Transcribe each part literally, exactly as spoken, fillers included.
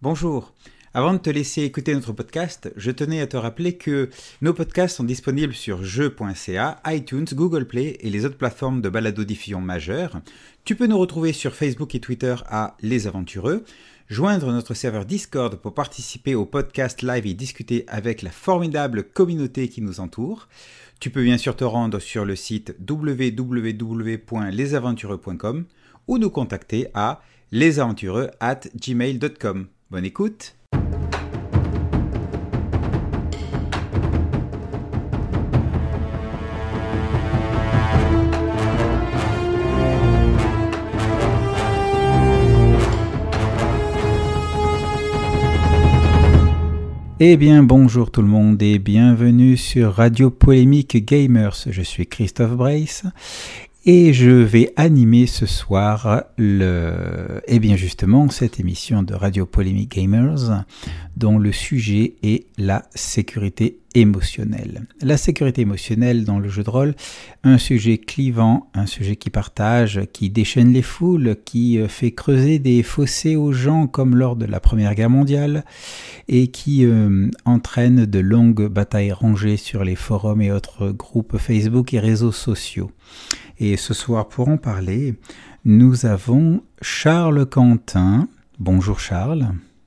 Bonjour. Avant de te laisser écouter notre podcast, je tenais à te rappeler que nos podcasts sont disponibles sur jeux point c a, iTunes, Google Play et les autres plateformes de balado-diffusion majeures. Tu peux nous retrouver sur Facebook et Twitter à Les Aventureux, joindre notre serveur Discord pour participer au podcast live et discuter avec la formidable communauté qui nous entoure. Tu peux bien sûr te rendre sur le site w w w point les aventureux point com ou nous contacter à lesaventureux arobase gmail point com. Bonne écoute. Eh bien, bonjour tout le monde et bienvenue sur Radio Polémique Gamers. Je suis Christophe Brace et je vais animer ce soir le, eh bien justement cette émission de Radio Polémique Gamers dont le sujet est la sécurité émotionnelle. La sécurité émotionnelle dans le jeu de rôle, un sujet clivant, un sujet qui partage, qui déchaîne les foules, qui fait creuser des fossés aux gens comme lors de la Première Guerre mondiale et qui euh, entraîne de longues batailles rangées sur les forums et autres groupes Facebook et réseaux sociaux. Et ce soir, pour en parler, nous avons Charles Quentin. Bonjour Charles.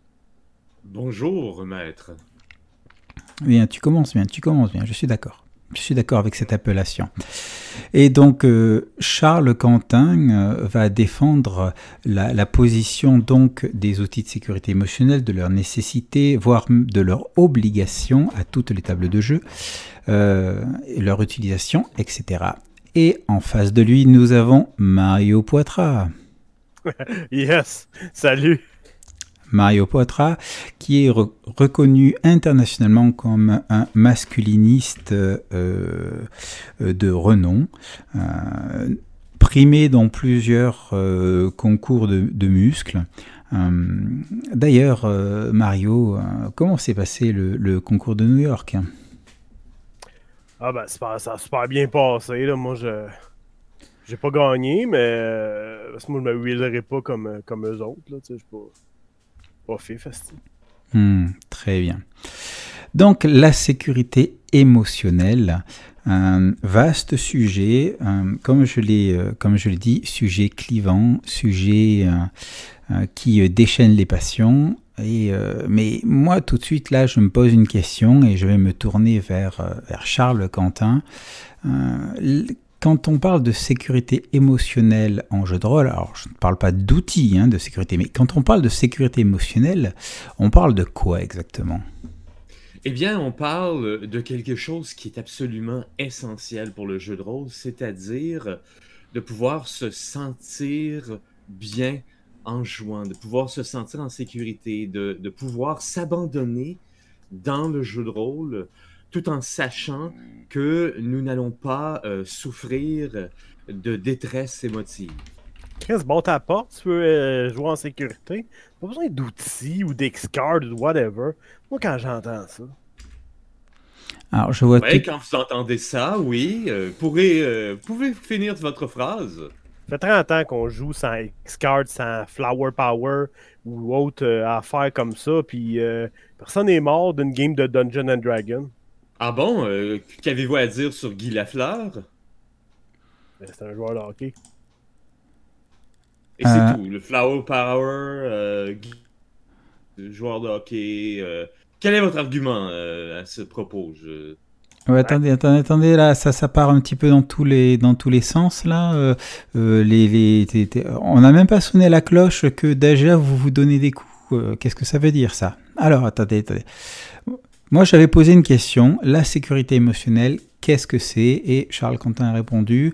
Bonjour maître. Bien, tu commences bien, tu commences bien, je suis d'accord. Je suis d'accord avec cette appellation. Et donc, euh, Charles Quentin euh, va défendre la, la position donc des outils de sécurité émotionnelle, de leur nécessité, voire de leur obligation à toutes les tables de jeu, euh, leur utilisation, et cetera. Et en face de lui, nous avons Mario Poitras. Yes, salut. Mario Poitras, qui est re- reconnu internationalement comme un masculiniste euh, euh, de renom, euh, primé dans plusieurs euh, concours de, de muscles. Euh, d'ailleurs, euh, Mario, euh, comment s'est passé le, le concours de New York ? Ah ben, c'est pas, ça a super bien passé, là. Moi, je j'ai pas gagné, mais euh, parce que moi, je me wheelerai pas comme, comme eux autres, là, tu sais, je suis pas, pas fait festif. Hmm, très bien. Donc, la sécurité émotionnelle, un vaste sujet, euh, comme je l'ai, euh, comme je l'ai dit, sujet clivant, sujet euh, euh, qui euh, déchaîne les passions. Et, euh, mais moi, tout de suite, là, je me pose une question et je vais me tourner vers, euh, vers Charles Quentin. Euh, quand on parle de sécurité émotionnelle en jeu de rôle, alors je ne parle pas d'outils hein, de sécurité, mais quand on parle de sécurité émotionnelle, on parle de quoi exactement ? Eh bien, on parle de quelque chose qui est absolument essentiel pour le jeu de rôle, c'est-à-dire de pouvoir se sentir bien en jouant, de pouvoir se sentir en sécurité, de, de pouvoir s'abandonner dans le jeu de rôle, tout en sachant que nous n'allons pas euh, souffrir de détresse émotive. Chris, bon, ta porte, tu peux euh, jouer en sécurité. Pas besoin d'outils ou d'X-Card ou whatever. Moi, quand j'entends ça. Alors, je vois Oui, tout... quand vous entendez ça, oui, euh, pourrez, euh, pouvez finir votre phrase. Ça fait trente ans qu'on joue sans X-Card, sans Flower Power ou autre euh, affaire comme ça, puis euh, personne n'est mort d'une game de Dungeon and Dragon. Ah bon, euh, qu'avez-vous à dire sur Guy Lafleur? Ben, c'est un joueur de hockey. Et c'est Euh, tout, le Flower Power, euh, Guy, joueur de hockey. euh, Quel est votre argument euh, à ce propos? Je... Ouais, attendez, attendez, attendez, là, ça, ça part un petit peu dans tous les, dans tous les sens, là. Euh, euh, les, les, t'es, t'es, on n'a même pas sonné la cloche que déjà vous vous donnez des coups. Euh, qu'est-ce que ça veut dire, ça? Alors, attendez, attendez. Moi, j'avais posé une question. La sécurité émotionnelle, qu'est-ce que c'est? Et Charles Quentin a répondu...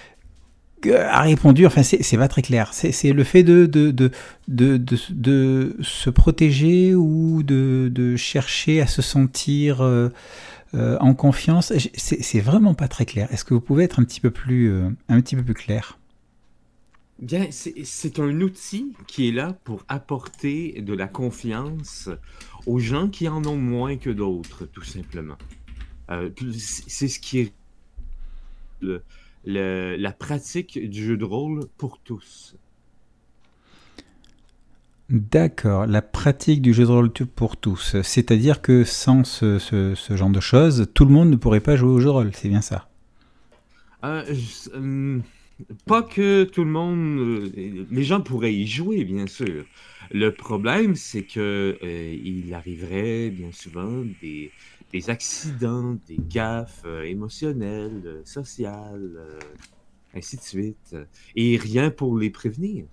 a répondu, enfin c'est, c'est pas très clair, c'est, c'est le fait de, de, de, de, de, de se protéger ou de, de chercher à se sentir euh, euh, en confiance, c'est, c'est vraiment pas très clair. Est-ce que vous pouvez être un petit peu plus, euh, un petit peu plus clair ? Bien, c'est, c'est un outil qui est là pour apporter de la confiance aux gens qui en ont moins que d'autres, tout simplement. Euh, c'est ce qui est le, le, la pratique du jeu de rôle pour tous. D'accord, la pratique du jeu de rôle pour tous. C'est-à-dire que sans ce, ce, ce genre de choses, tout le monde ne pourrait pas jouer au jeu de rôle, c'est bien ça? Euh, je- euh, pas que tout le monde... euh, les gens pourraient y jouer, bien sûr. Le problème, c'est que euh, il arriverait bien souvent des, des accidents, des gaffes euh, émotionnelles, euh, sociales, euh, ainsi de suite. Et rien pour les prévenir.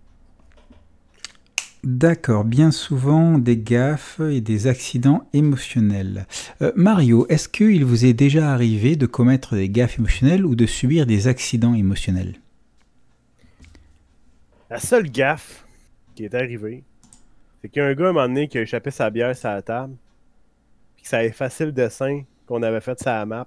D'accord, bien souvent des gaffes et des accidents émotionnels. Euh, Mario, est-ce qu'il vous est déjà arrivé de commettre des gaffes émotionnelles ou de subir des accidents émotionnels? La seule gaffe qui est arrivée, c'est qu'il y a un gars, à un moment donné, qui a échappé sa bière sur la table, puis que ça a effacé le dessin qu'on avait fait sur la map.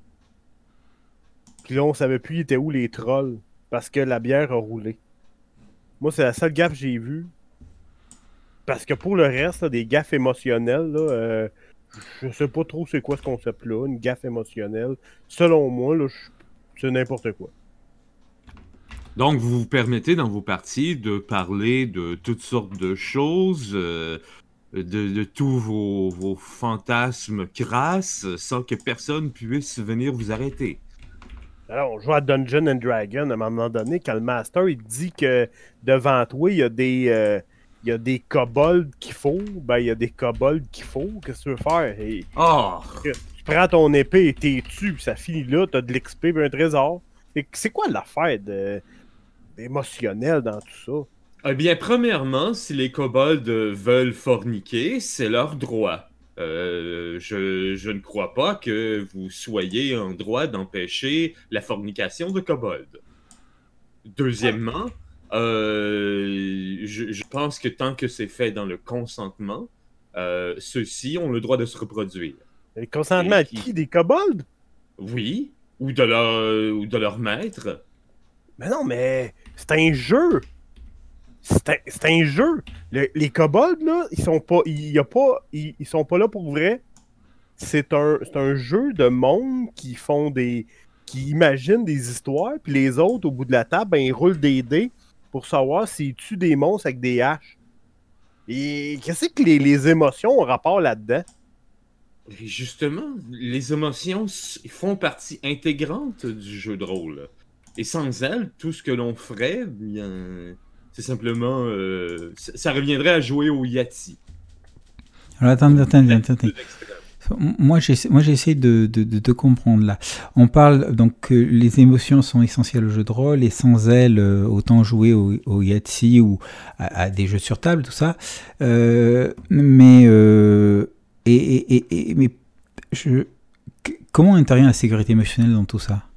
Puis là, on savait plus il était où les trolls, parce que la bière a roulé. Moi, c'est la seule gaffe que j'ai vue. Parce que pour le reste, là, des gaffes émotionnelles, là, euh, je sais pas trop c'est quoi ce concept-là, une gaffe émotionnelle. Selon moi, là, je- c'est n'importe quoi. Donc, vous vous permettez dans vos parties de parler de toutes sortes de choses, euh, de, de tous vos, vos fantasmes crasses, sans que personne puisse venir vous arrêter. Alors, on joue à Dungeon and Dragon, à un moment donné, quand le Master, il dit que devant toi, il y a des... euh, il y a des kobolds qu'il faut, ben il y a des kobolds qu'il faut. Qu'est-ce que tu veux faire? Et, Oh! tu prends ton épée et t'es tu, puis ça finit là, t'as de l'X P et un trésor. Et c'est quoi l'affaire de... émotionnelle dans tout ça? Eh bien, premièrement, si les kobolds veulent forniquer, c'est leur droit. Euh, je, je ne crois pas que vous soyez en droit d'empêcher la fornication de kobolds. Deuxièmement, euh, je, je pense que tant que c'est fait dans le consentement, euh, ceux-ci ont le droit de se reproduire. Le consentement Et à qui- qui? Des kobolds? Oui, ou de leur, ou de leur maître. Mais non, mais c'est un jeu! C'est un, c'est un jeu! Le- les kobolds, là, ils sont pas. Il y a pas. Ils, ils sont pas là pour vrai. C'est un, c'est un jeu de monde qui font des. Qui imaginent des histoires, puis les autres, au bout de la table, ben, ils roulent des dés pour savoir s'ils tuent des monstres avec des haches. Et qu'est-ce que les, les émotions ont rapport là-dedans? Et justement, les émotions s- font partie intégrante du jeu de rôle. Et sans elles, tout ce que l'on ferait, bien, c'est simplement, euh, ça ça reviendrait à jouer au Yahtzee. Alors attendez, attendez, attendez. De l'extrême. Moi, j'essaie, moi, j'essaie de, de, de, de comprendre là. On parle donc que les émotions sont essentielles au jeu de rôle et sans elles, euh, autant jouer au, au Yahtzee ou à, à des jeux sur table, tout ça. Euh, mais euh, et, et, et, et- mais je, qu- comment intervient la sécurité émotionnelle dans tout ça?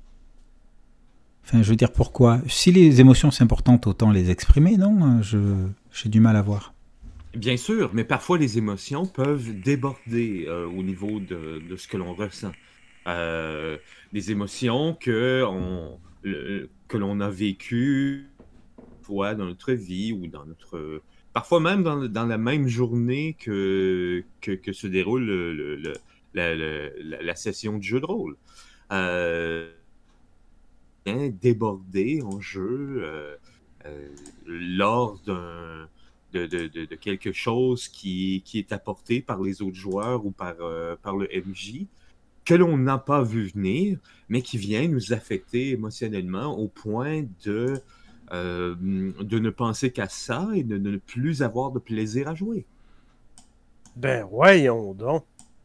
Enfin, je veux dire, pourquoi? Si les émotions sont importantes, autant les exprimer, non? Je, j'ai du mal à voir. Bien sûr, mais parfois les émotions peuvent déborder euh, au niveau de, de ce que l'on ressent. Euh, des émotions que, on, le- que l'on a vécues fois dans notre vie ou dans notre... Parfois même dans, dans la même journée que, que, que se déroule le- le- le- la, la- la- la session de jeu de rôle. Euh, bien déborder en jeu euh, euh, lors d'un de, de, de, de quelque chose qui, qui est apporté par les autres joueurs ou par, euh, par le M J, que l'on n'a pas vu venir, mais qui vient nous affecter émotionnellement au point de, euh, de ne penser qu'à ça et de ne plus avoir de plaisir à jouer. Ben, voyons donc.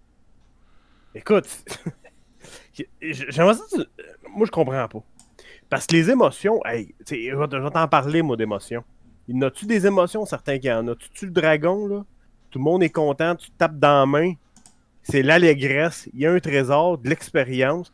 Écoute, j'aimerais ça. tu- Moi, je comprends pas. Parce que les émotions, hey, tu sais, je vais te- je vais t'en parler, moi, d'émotions. Il y en a-tu des émotions? Certains qui en ont. Tu tues le dragon, là? Tout le monde est content, tu te tapes dans la main. C'est l'allégresse, il y a un trésor, de l'expérience.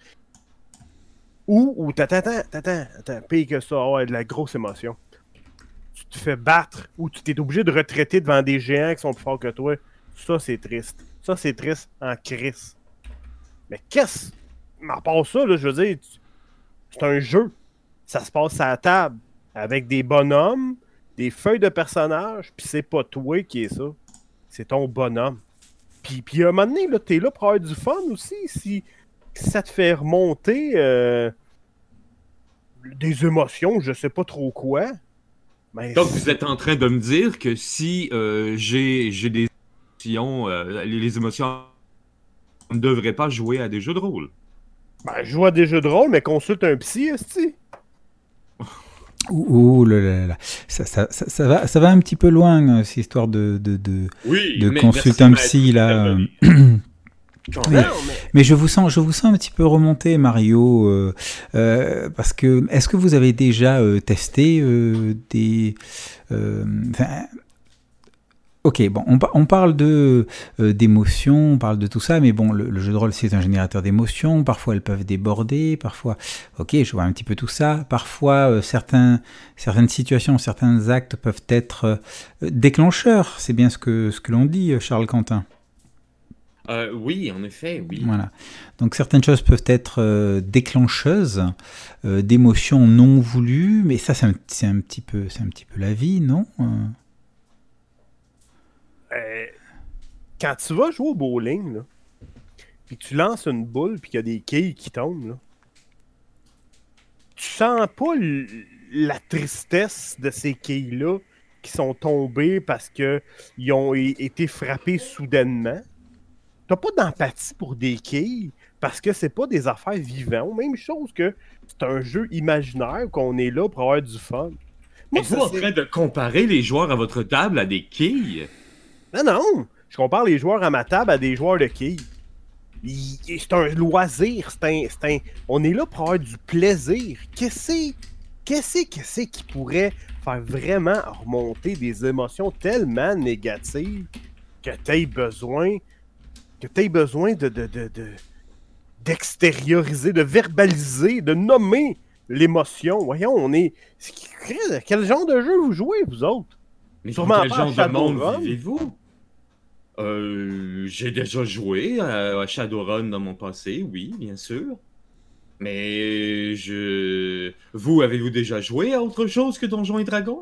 Ou, ou t'attends, t'attends, attends, pire que ça, ouais, de la grosse émotion. Tu te fais battre, ou tu t'es obligé de retraiter devant des géants qui sont plus forts que toi. Ça, c'est triste. Ça, c'est triste en crise. Mais qu'est-ce? Mais à part ça, là, je veux dire, tu- c'est un jeu. Ça se passe à la table. Avec des bonhommes, des feuilles de personnages, puis c'est pas toi qui est ça. C'est ton bonhomme. Puis, puis à un moment donné, là, t'es là pour avoir du fun aussi. Si, si ça te fait remonter euh, des émotions, je sais pas trop quoi. Mais Donc, vous êtes en train de me dire que si euh, j'ai j'ai des émotions, euh, les, les émotions, on ne devrait pas jouer à des jeux de rôle. ben, je joue à des jeux de rôle, mais consulte un psy, esti. Ouh, ouh là là là. Ça, ça, ça, ça va, ça va un petit peu loin, euh, cette histoire de, de, de, Oui, de mais consulter merci, un maître psy, là. euh. Beverly. Quand Oui. même. Non, mais... Mais je vous sens, je vous sens un petit peu remonté, Mario, euh, euh, parce que est-ce que vous avez déjà euh, testé euh, des, euh, enfin, ok, bon, on, pa- on parle de euh, d'émotions, on parle de tout ça, mais bon, le, le jeu de rôle c'est un générateur d'émotions. Parfois elles peuvent déborder, parfois, ok, je vois un petit peu tout ça. Parfois euh, certains, certaines situations, certains actes peuvent être euh, déclencheurs. C'est bien ce que ce que l'on dit, Charles Quentin. Euh, oui, en effet, oui. Voilà. Donc certaines choses peuvent être euh, déclencheuses euh, d'émotions non voulues, mais ça c'est un, c'est un petit peu, c'est un petit peu la vie, non? Euh, Euh, quand tu vas jouer au bowling, là, puis que tu lances une boule, puis qu'il y a des quilles qui tombent, là, tu sens pas l- la tristesse de ces quilles-là qui sont tombées parce que ils ont é- été frappés soudainement. T'as pas d'empathie pour des quilles parce que c'est pas des affaires vivantes. Même chose que c'est un jeu imaginaire qu'on est là pour avoir du fun. Moi, Êtes-vous ça, en c'est... train de comparer les joueurs à votre table à des quilles? Non, non! Je compare les joueurs à ma table à des joueurs de quilles. Il- C'est un loisir, c'est un, c'est un- on est là pour avoir du plaisir. Qu'est-ce qu'est-ce qu'est-ce qui pourrait faire vraiment remonter des émotions tellement négatives que t'aies besoin que t'aies besoin de, de, de, de- d'extérioriser, de verbaliser, de nommer l'émotion. Voyons, on est... Quel genre de jeu vous jouez, vous autres? Mais dans Sûrement quel pas à genre de monde Shadowrun. vivez-vous? Euh, j'ai déjà joué à, à Shadowrun dans mon passé, oui, bien sûr. Mais je... Vous, avez-vous déjà joué à autre chose que Donjons et Dragons?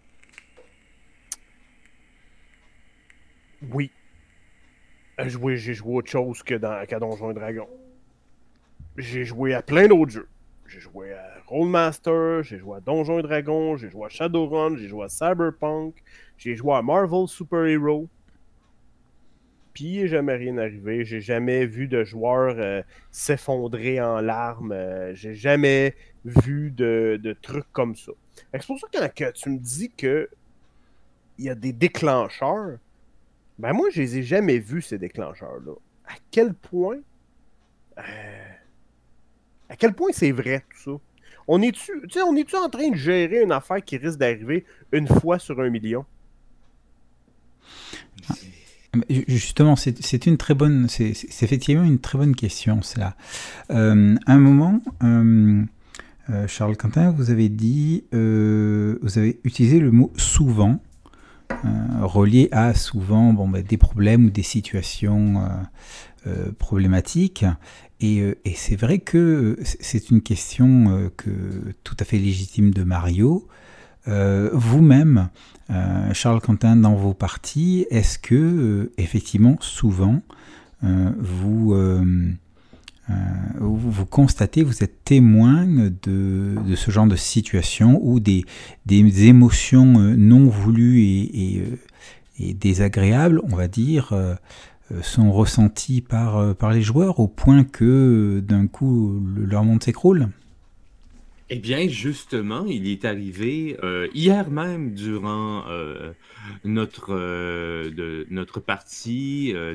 Oui. Euh, joué- J'ai joué autre chose que dans, qu'à Donjons et Dragons. J'ai joué à plein d'autres jeux. J'ai joué à Rollmaster, j'ai joué à Donjons et Dragons, j'ai joué à Shadowrun, j'ai joué à Cyberpunk, j'ai joué à Marvel Super Hero. Puis il n'est jamais rien arrivé. J'ai jamais vu de joueur euh, s'effondrer en larmes. Euh, j'ai jamais vu de, de trucs comme ça. Fait que c'est pour ça que quand que tu me dis que il y a des déclencheurs, ben moi je les ai jamais vus ces déclencheurs-là. À quel point euh, à quel point c'est vrai tout ça? On est-tu, tu sais, on est-tu en train de gérer une affaire qui risque d'arriver une fois sur un million? Mais Justement, c'est c'est une très bonne, c'est c'est effectivement une très bonne question, cela. Euh, à un moment, euh, euh, Charles Quentin, vous avez dit, euh, vous avez utilisé le mot souvent, euh, relié à souvent, bon, bah, des problèmes ou des situations euh, euh, problématiques. Et, euh, et c'est vrai que c'est une question euh, que tout à fait légitime de Mario. Euh, vous-même, euh, Charles Quentin, dans vos parties, est-ce que, euh, effectivement, souvent, euh, vous, euh, euh, vous, vous constatez, vous êtes témoin de, de ce genre de situation où des, des émotions euh, non voulues et, et, euh, et désagréables, on va dire, euh, sont ressenties par, euh, par les joueurs au point que, euh, d'un coup, le- leur monde s'écroule? Eh bien, justement, il est arrivé euh, hier même durant euh, notre, euh, de, notre partie. Euh,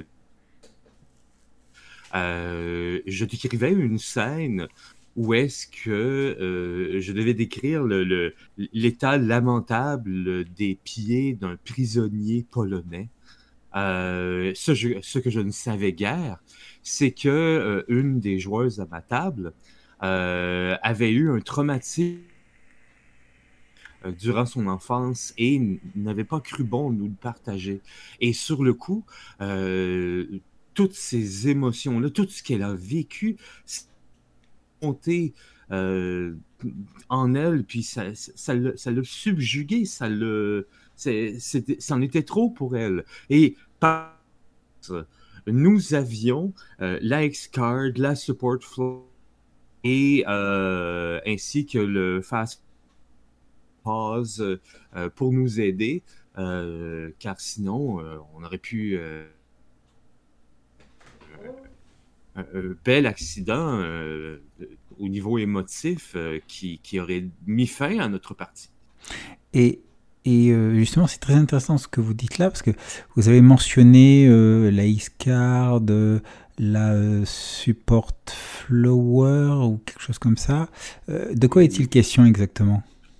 euh, je décrivais une scène où est-ce que euh, je devais décrire le, le- l'état lamentable des pieds d'un prisonnier polonais. Euh, ce, je- ce que je ne savais guère, c'est que euh, une des joueuses à ma table euh, avait eu un traumatisme euh, durant son enfance et n- n'avait pas cru bon nous le partager. Et sur le coup, euh, toutes ces émotions-là, tout ce qu'elle a vécu, s'est monté euh, en elle, puis ça, ça, ça l'a ça l'a subjugué, ça le, c'est- c'était- c'en était trop pour elle. Et par nous avions euh, la X-Card, la Support Flow et euh, ainsi que le Fast pause euh, pour nous aider, euh, car sinon, euh, on aurait pu... Euh, un, un bel accident euh, au niveau émotif euh, qui, qui aurait mis fin à notre partie. Et, et euh, justement, c'est très intéressant ce que vous dites là, parce que vous avez mentionné euh, la X-Card, euh, la euh, Support Flower ou quelque chose comme ça. Euh, de quoi est-il question exactement?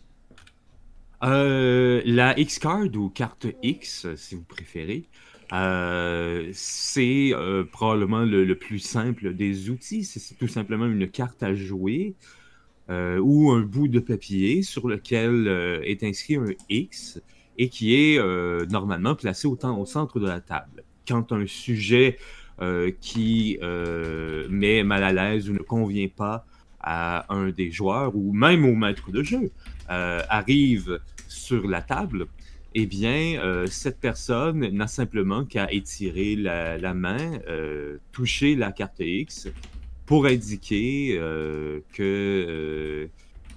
Euh, la X-Card ou carte X, si vous préférez, euh, c'est euh, probablement le, le plus simple des outils. C'est, c'est tout simplement une carte à jouer euh, ou un bout de papier sur lequel euh, est inscrit un X et qui est euh, normalement placé au, temps, au centre de la table. Quand un sujet euh, qui euh, met mal à l'aise ou ne convient pas à un des joueurs ou même au maître de jeu euh, arrive sur la table, eh bien, euh, cette personne n'a simplement qu'à étirer la, la main, euh, toucher la carte X pour indiquer euh, que euh,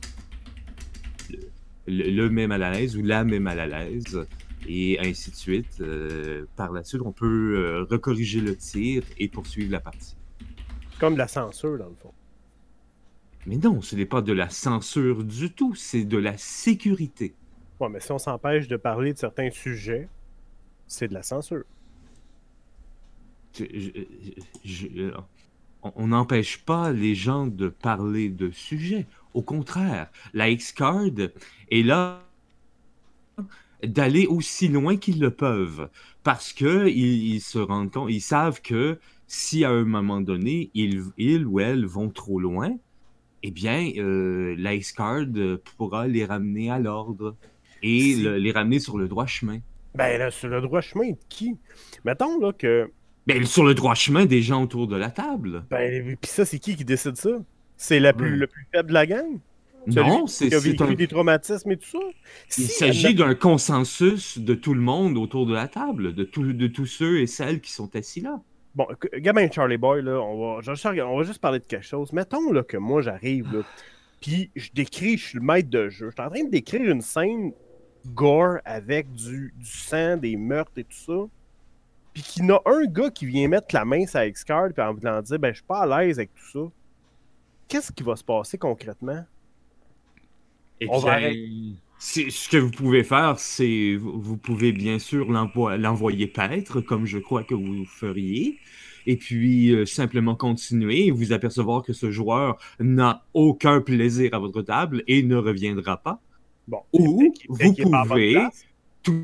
le, le met mal à l'aise ou la met mal à l'aise, et ainsi de suite. Euh, par la suite, on peut euh, recorriger le tir et poursuivre la partie. C'est comme de la censure, dans le fond. Mais non, ce n'est pas de la censure du tout, c'est de la sécurité. Ouais, mais si on s'empêche de parler de certains sujets, c'est de la censure. Je, je, je, on n'empêche pas les gens de parler de sujets. Au contraire, la X-Card est là d'aller aussi loin qu'ils le peuvent. Parce qu'ils ils se rendent compte, ils savent que si à un moment donné, ils, ils ou elles vont trop loin, eh bien, euh, la X-Card pourra les ramener à l'ordre et si... le, les ramener sur le droit chemin. Ben là, sur le droit chemin de qui? Mettons là que... Ben sur le droit chemin des gens autour de la table. Ben, pis ça, c'est qui qui décide ça? C'est la plus, ouais. le plus faible de la gang? Non, Celui c'est... qui a vécu un... des traumatismes et tout ça? Il si, s'agit d'un consensus de tout le monde autour de la table, de, tout, de tous ceux et celles qui sont assis là. Bon, gamin Charlie Boy, là, on va, juste, on va juste parler de quelque chose. Mettons là, que moi, j'arrive, là, puis je décris, je suis le maître de jeu. Je suis en train de décrire une scène gore avec du, du sang, des meurtres et tout ça. Puis qu'il y en a un gars qui vient mettre la main sur la X-Card puis en voulant dire, ben, je suis pas à l'aise avec tout ça. Qu'est-ce qui va se passer concrètement? Et on bien, va ce que vous pouvez faire, c'est vous pouvez bien sûr l'envo- l'envoyer paître, comme je crois que vous feriez, et puis euh, simplement continuer et vous apercevoir que ce joueur n'a aucun plaisir à votre table et ne reviendra pas. Bon, ou vous pouvez tout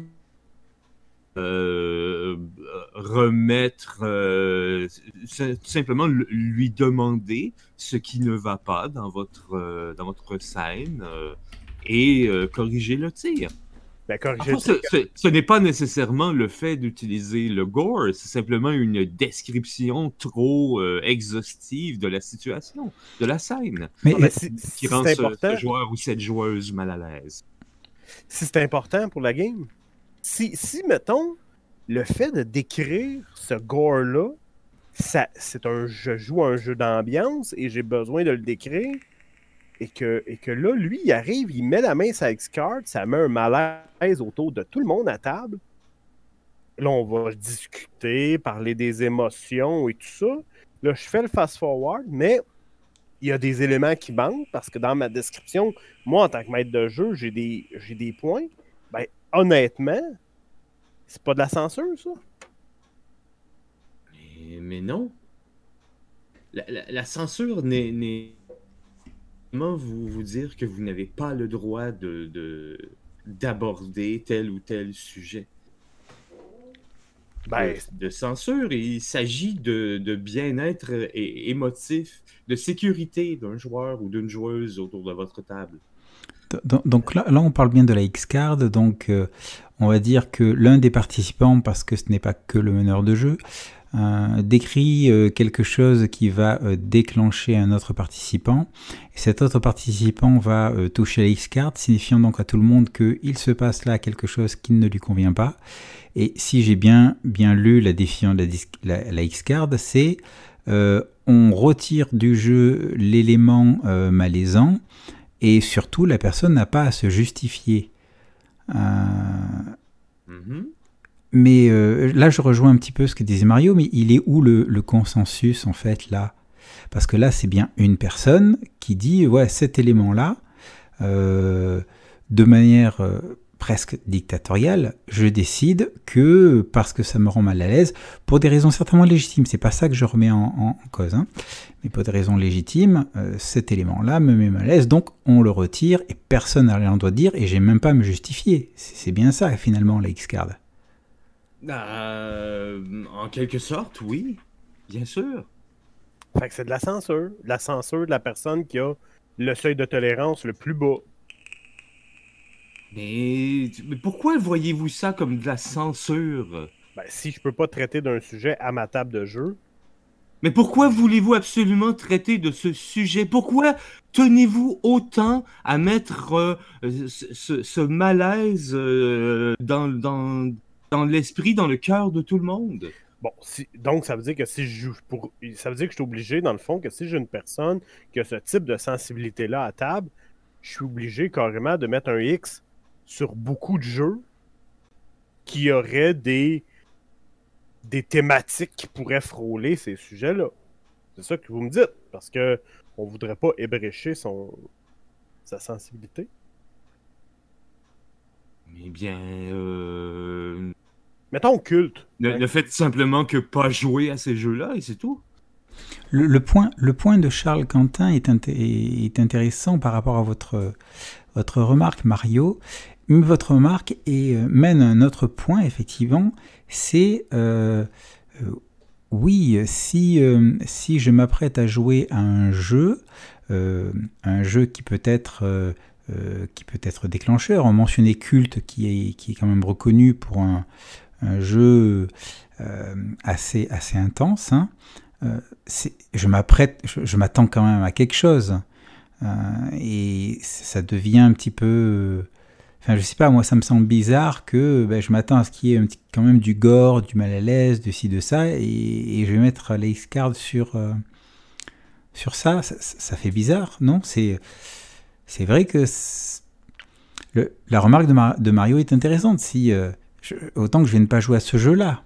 euh, remettre, euh, simplement lui demander ce qui ne va pas dans votre, euh, dans votre scène euh, et euh, corriger le tir. Ben, corriger enfin, le tir. Ce, ce, ce n'est pas nécessairement le fait d'utiliser le gore, c'est simplement une description trop euh, exhaustive de la situation, de la scène, mais, qui, mais si, qui si rend ce, ce joueur ou cette joueuse mal à l'aise. Si c'est important pour la game, si, si mettons, le fait de décrire ce gore-là, ça, c'est un, je joue un jeu d'ambiance et j'ai besoin de le décrire, et que, et que là, lui, il arrive, il met la main sur la X-Card, ça met un malaise autour de tout le monde à table. Là, on va discuter, parler des émotions et tout ça. Là, je fais le fast-forward, mais il y a des éléments qui manquent parce que dans ma description, moi, en tant que maître de jeu, j'ai des, j'ai des points. Ben, honnêtement, c'est pas de la censure, ça? Mais, mais non. La, la, la censure n'est... n'est... Comment vous, vous dire que vous n'avez pas le droit de, de, d'aborder tel ou tel sujet? Ben, de, de censure, il s'agit de, de bien-être et émotif, de sécurité d'un joueur ou d'une joueuse autour de votre table. Donc, donc là, là, on parle bien de la X-Card, donc euh, on va dire que l'un des participants, parce que ce n'est pas que le meneur de jeu, euh, décrit euh, quelque chose qui va euh, déclencher un autre participant, et cet autre participant va euh, toucher la X-Card, signifiant donc à tout le monde qu'il se passe là quelque chose qui ne lui convient pas. Et si j'ai bien, bien lu la définition de la, la, la X-Card, c'est euh, on retire du jeu l'élément euh, malaisant, et surtout la personne n'a pas à se justifier. Euh... Mm-hmm. Mais euh, là, je rejoins un petit peu ce que disait Mario, mais il est où le, le consensus, en fait, là? Parce que là, c'est bien une personne qui dit, ouais, cet élément-là, euh, de manière euh, presque dictatoriale, je décide que, parce que ça me rend mal à l'aise, pour des raisons certainement légitimes, c'est pas ça que je remets en, en, en cause, hein, mais pour des raisons légitimes, euh, cet élément-là me met mal à l'aise, donc on le retire, et personne n'a rien à dire, et j'ai même pas à me justifier. C'est, c'est bien ça, finalement, la X-Card. Euh, en quelque sorte, oui, bien sûr. Fait que c'est de la censure. De la censure de la personne qui a le seuil de tolérance le plus bas. Mais, mais pourquoi voyez-vous ça comme de la censure? Ben, si je peux pas traiter d'un sujet à ma table de jeu... Mais pourquoi voulez-vous absolument traiter de ce sujet? Pourquoi tenez-vous autant à mettre euh, ce, ce, ce malaise euh, dans, dans, dans l'esprit, dans le cœur de tout le monde? Bon, si, donc ça veut dire que si je joue pour. Ça veut dire que je suis obligé, dans le fond, que si j'ai une personne qui a ce type de sensibilité-là à table, je suis obligé carrément de mettre un X sur beaucoup de jeux qui auraient des, des thématiques qui pourraient frôler ces sujets-là. C'est ça que vous me dites, parce que on voudrait pas ébrécher son sa sensibilité. Eh bien, euh... mettons culte. Le, hein. le fait simplement que pas jouer à ces jeux-là, et c'est tout. Le, le, point, le point de Charles Quentin est, inté- est intéressant par rapport à votre, votre remarque, Mario. Mais votre remarque est, mène à un autre point, effectivement, c'est, euh, euh, oui, si, euh, si je m'apprête à jouer à un jeu, euh, un jeu qui peut être... Euh, euh, qui peut être déclencheur, on mentionnait Culte, qui est, qui est quand même reconnu pour un, un jeu euh, assez, assez intense, hein. euh, c'est, je m'apprête, je, je m'attends quand même à quelque chose, euh, et ça devient un petit peu, euh, enfin je sais pas, moi ça me semble bizarre que ben, je m'attends à ce qu'il y ait un petit, quand même du gore, du mal à l'aise, de ci, de ça, et, et je vais mettre la X-Card sur, euh, sur ça, ça, ça fait bizarre, non? C'est... C'est vrai que le, la remarque de, Mar- de Mario est intéressante. Si, euh, je, autant que je vienne pas jouer à ce jeu-là.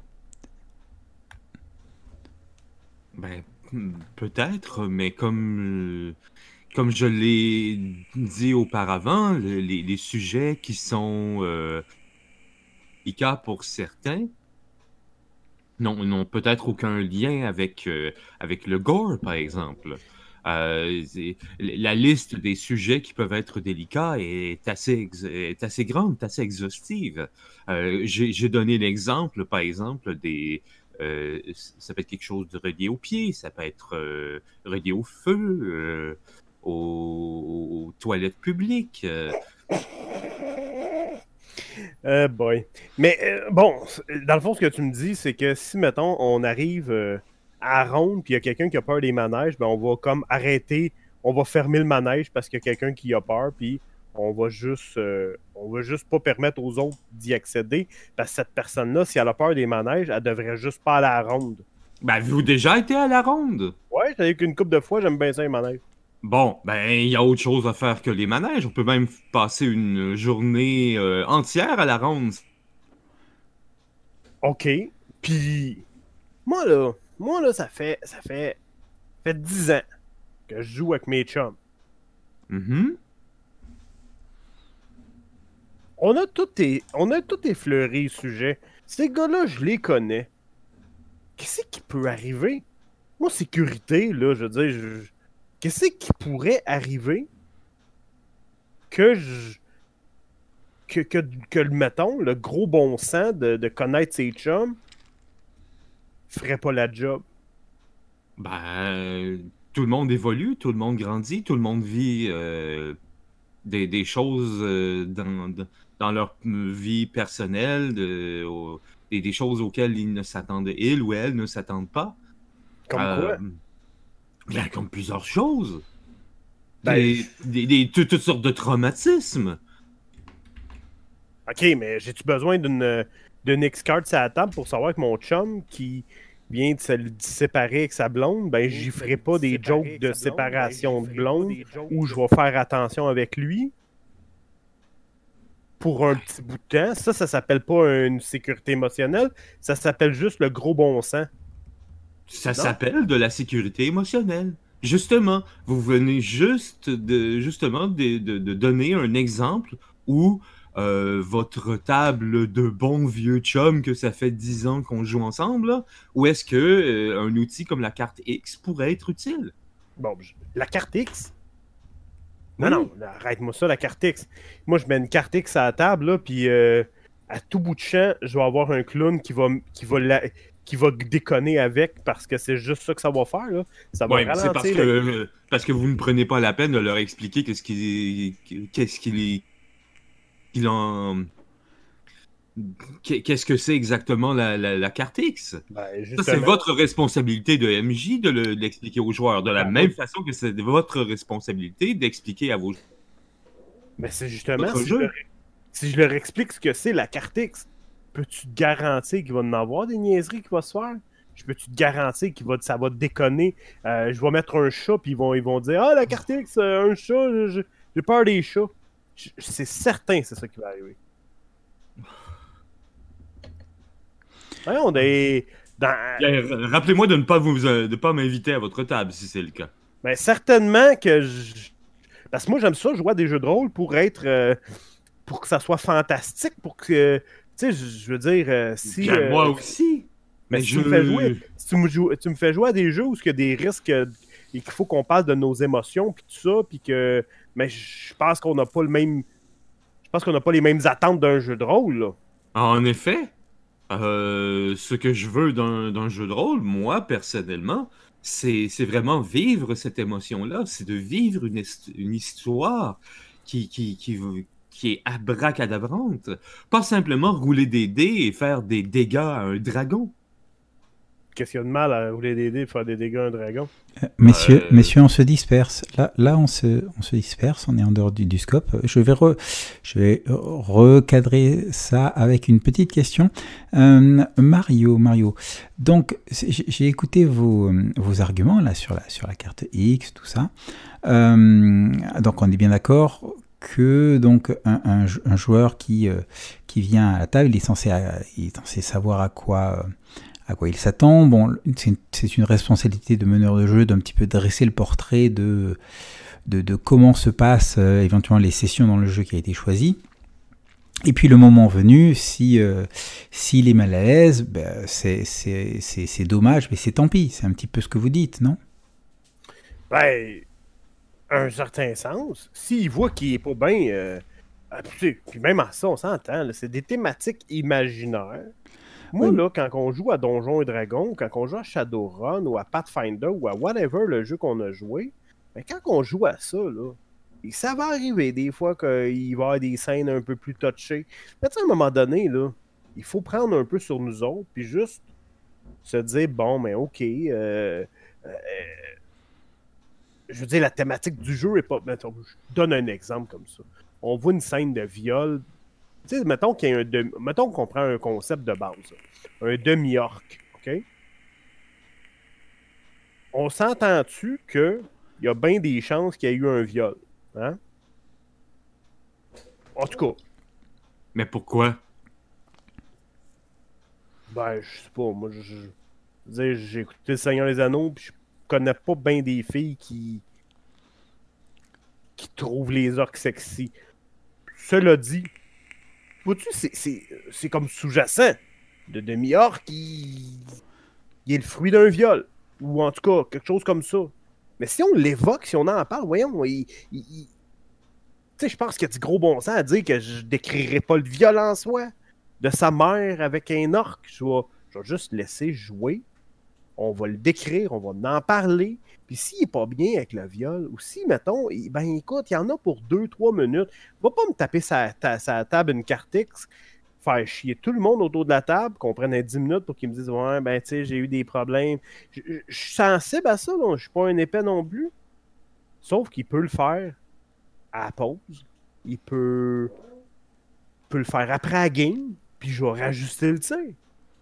Ben, peut-être, mais comme, comme je l'ai dit auparavant, le, les, les sujets qui sont euh, délicats pour certains n'ont, n'ont peut-être aucun lien avec, euh, avec le gore, par exemple. Euh, la liste des sujets qui peuvent être délicats est assez, ex- est assez grande, est assez exhaustive. Euh, j'ai, j'ai donné l'exemple, par exemple, des... Euh, ça peut être quelque chose de relié aux pieds, ça peut être euh, relié au feu, euh, aux, aux toilettes publiques. Euh. Euh, boy. Mais euh, bon, dans le fond, ce que tu me dis, c'est que si, mettons, on arrive... Euh... à ronde, puis il y a quelqu'un qui a peur des manèges, ben on va comme arrêter, on va fermer le manège parce qu'il y a quelqu'un qui a peur, puis on va juste euh, on va juste pas permettre aux autres d'y accéder, parce que cette personne-là, si elle a peur des manèges, elle devrait juste pas aller à la ronde. Ben, avez-vous déjà été à la ronde? Ouais, j'avais qu'une couple de fois, j'aime bien ça les manèges. Bon, ben, il y a autre chose à faire que les manèges. On peut même passer une journée euh, entière à la ronde. OK, puis moi là, Moi, là, ça fait ça fait, ça fait dix ans que je joue avec mes chums. Mm-hmm. On a tout, é... on a tout effleuré le sujet. Ces gars-là, je les connais. Qu'est-ce qui peut arriver? Moi, sécurité, là, je veux dire, je... qu'est-ce qui pourrait arriver que je... Que, que, que, mettons, le gros bon sens de, de connaître ses chums ferait pas la job? Ben, tout le monde évolue, tout le monde grandit, tout le monde vit euh, des, des choses euh, dans, dans leur vie personnelle, de, au, des, des choses auxquelles ils ne s'attendent, ils ou elles ne s'attendent pas. Comme euh, quoi? Ben, comme plusieurs choses. Ben, des, je... des, des, toutes, toutes sortes de traumatismes. Ok, mais j'ai-tu besoin d'une d'une X-Card sur la table pour savoir que mon chum qui vient de se séparer avec sa blonde, ben j'y ferai pas des jokes de séparation de blonde où je vais faire attention avec lui pour un petit bout de temps. Ça, ça s'appelle pas une sécurité émotionnelle, ça s'appelle juste le gros bon sens. Ça s'appelle de la sécurité émotionnelle. Justement, vous venez juste de justement de, de, de donner un exemple où euh, votre table de bons vieux chums que ça fait dix ans qu'on joue ensemble, là, où est-ce que euh, un outil comme la carte X pourrait être utile? Bon, la carte X? Non, Oui. non, arrête-moi ça, la carte X. Moi, je mets une carte X à la table, là, puis euh, à tout bout de champ, je vais avoir un clown qui va, qui va, la, qui va déconner avec, parce que c'est juste ça que ça va faire, là. Ça va Ouais, mais c'est ralentir. parce que, euh, parce que vous ne prenez pas la peine de leur expliquer qu'est-ce qui, qu'est-ce qui, qu'il en... Qu'est-ce que c'est exactement la, la, la carte X? Ben, Ça, c'est justement, votre responsabilité de M J de le- de l'expliquer aux joueurs, de la Ben, même oui. façon que c'est votre responsabilité d'expliquer à vos mais c'est justement, votre si je, jeu. leur, si je leur explique ce que c'est la carte X, peux-tu te garantir qu'il va en avoir des niaiseries qui vont se faire? Je peux-tu te garantir que ça va déconner? Euh, je vais mettre un chat, puis ils vont, ils vont dire « Ah, la carte X, euh, un chat, je- je- j'ai peur des chats. » Je- C'est certain, c'est ça qui va arriver. Ouais, on est dans... Bien, rappelez-moi de ne pas vous euh, de pas m'inviter à votre table si c'est le cas. Ben, certainement que je... Parce que moi, j'aime ça, jouer à des jeux de rôle pour être... euh, pour que ça soit fantastique, pour que... Tu sais, je je veux dire, euh, si... Bien, euh, moi aussi. Mais Mais si je tu me fais jouer, si tu me, joues, tu me fais jouer à des jeux où il y a des risques euh, et qu'il faut qu'on parle de nos émotions puis tout ça, puis que... Mais je pense qu'on n'a pas le même... Je pense qu'on n'a pas les mêmes attentes d'un jeu de rôle, là. En effet, euh, ce que je veux d'un d'un jeu de rôle, moi, personnellement, c'est c'est vraiment vivre cette émotion-là. C'est de vivre une, hist- une histoire qui, qui, qui, qui est abracadabrante. Pas simplement rouler des dés et faire des dégâts à un dragon. Qu'est-ce qu'il y a de mal à rouler des dés et faire des dégâts à un dragon? Euh, messieurs, Euh, messieurs, on se disperse. Là, là on, se, on se disperse, on est en dehors du, du scope. Je vais, re, je vais recadrer ça avec une petite question. Euh, Mario, Mario. Donc, j'ai j'ai écouté vos, vos arguments là sur la, sur la carte X, tout ça. Euh, donc, on est bien d'accord que donc un, un, un joueur qui, euh, qui vient à la table, il est censé, il est censé savoir à quoi... Euh, à quoi il s'attend. Bon, c'est une, c'est une responsabilité de meneur de jeu d'un petit peu dresser le portrait de, de, de comment se passent euh, éventuellement les sessions dans le jeu qui a été choisi. Et puis le moment venu, si euh, s'il est mal à l'aise, ben, c'est, c'est, c'est, c'est dommage, mais c'est tant pis. C'est un petit peu ce que vous dites, non? Ben, un certain sens. S'il voit qu'il est pas bien... Euh, puis, puis même à ça, on s'entend, là, c'est des thématiques imaginaires. Moi, Oui. là, quand on joue à Donjons et Dragons, quand on joue à Shadowrun ou à Pathfinder ou à whatever le jeu qu'on a joué, ben, quand on joue à ça, là, et ça va arriver des fois qu'il va y avoir des scènes un peu plus touchées. Mais tu sais, à un moment donné, là, il faut prendre un peu sur nous autres, puis juste se dire, bon, mais ok, euh, euh, je veux dire, la thématique du jeu est pas... Mettons, je donne un exemple comme ça. On voit une scène de viol. Tu sais, mettons qu'il y a un demi... mettons qu'on prend un concept de base. Un demi-orc, OK? On s'entend-tu qu'il y a bien des chances qu'il y ait eu un viol? Hein? En tout cas, Mais pourquoi? ben, je sais pas, moi, je, je, je veux dire, j'ai écouté Le Seigneur des Anneaux, puis je connais pas bien des filles qui qui trouvent les orques sexy. Cela dit, vois-tu, c'est, c'est, c'est comme sous-jacent. Le demi-orc, il... il est le fruit d'un viol. Ou en tout cas, quelque chose comme ça. Mais si on l'évoque, si on en parle, voyons, il... il, il... Tu sais, je pense qu'il y a du gros bon sens à dire que je décrirai pas le viol en soi de sa mère avec un orc. Je vais, je vais juste laisser jouer. On va le décrire, on va en parler. Puis s'il n'est pas bien avec le viol, ou si, mettons, il- ben écoute, il y en a pour deux trois minutes. Va pas me taper sa, ta, sa table une carte X, faire chier tout le monde autour de la table, qu'on prenne dix minutes pour qu'ils me disent « Ouais, ben tu sais, j'ai eu des problèmes. » Je je- je suis sensible à ça, là. Je suis pas un épais non plus. Sauf qu'il peut le faire à la pause. Il peut, peut le faire après la game, puis je vais rajuster le tir.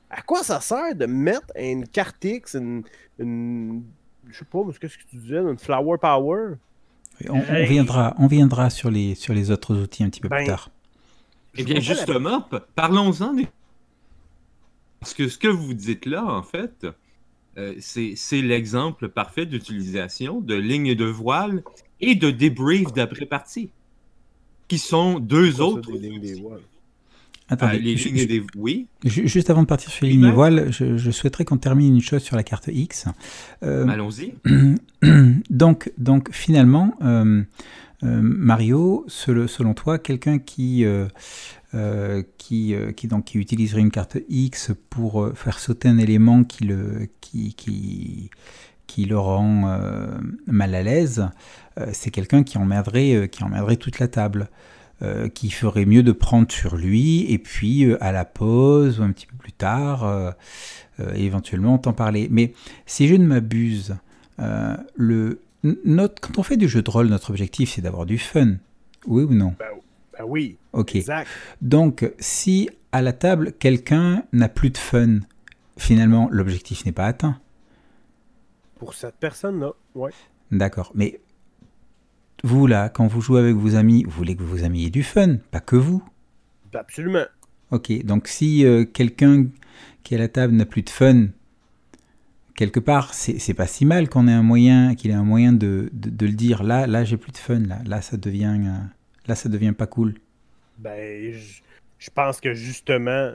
À quoi ça sert de mettre une carte X, une, une je sais pas, mais qu'est-ce que tu disais, une Flower Power? On, on, viendra, on viendra sur les, sur les autres outils un petit peu Ben, plus tard. Eh bien, justement, la... parlons-en des... Parce que ce que vous dites là, en fait, euh, c'est l'exemple parfait d'utilisation de lignes de voile et de débrief d'après-partie, qui sont deux ça, autres... Des lignes des voiles. Attendez, ah, les je, lignes je, des... Oui. Juste avant de partir sur les lignes voiles, je, je souhaiterais qu'on termine une chose sur la carte X. Euh, Allons-y. Donc, donc, finalement, euh, euh, Mario, selon toi, quelqu'un qui, euh, euh, qui, euh, qui, donc, qui utiliserait une carte X pour euh, faire sauter un élément qui le, qui, qui, qui le rend euh, mal à l'aise, euh, c'est quelqu'un qui emmerderait, euh, qui emmerderait toute la table. Euh, qui ferait mieux de prendre sur lui et puis euh, à la pause ou un petit peu plus tard euh, euh, éventuellement t'en parler. Mais si je ne m'abuse, euh, le, notre, quand on fait du jeu de rôle, notre objectif c'est d'avoir du fun, oui ou non? Ben, ben oui, ok. Exact. Donc si à la table quelqu'un n'a plus de fun, finalement l'objectif n'est pas atteint. Pour cette personne-là, ouais. D'accord, mais vous, là, quand vous jouez avec vos amis, vous voulez que vos amis aient du fun, pas que vous. Absolument. Ok, donc si euh, quelqu'un qui est à la table n'a plus de fun, quelque part, c'est pas si mal qu'on ait un moyen, qu'il ait un moyen de, de, de le dire. Là, là, j'ai plus de fun. Là, là, ça devient, euh, là, ça devient pas cool. Ben, je, je pense que justement,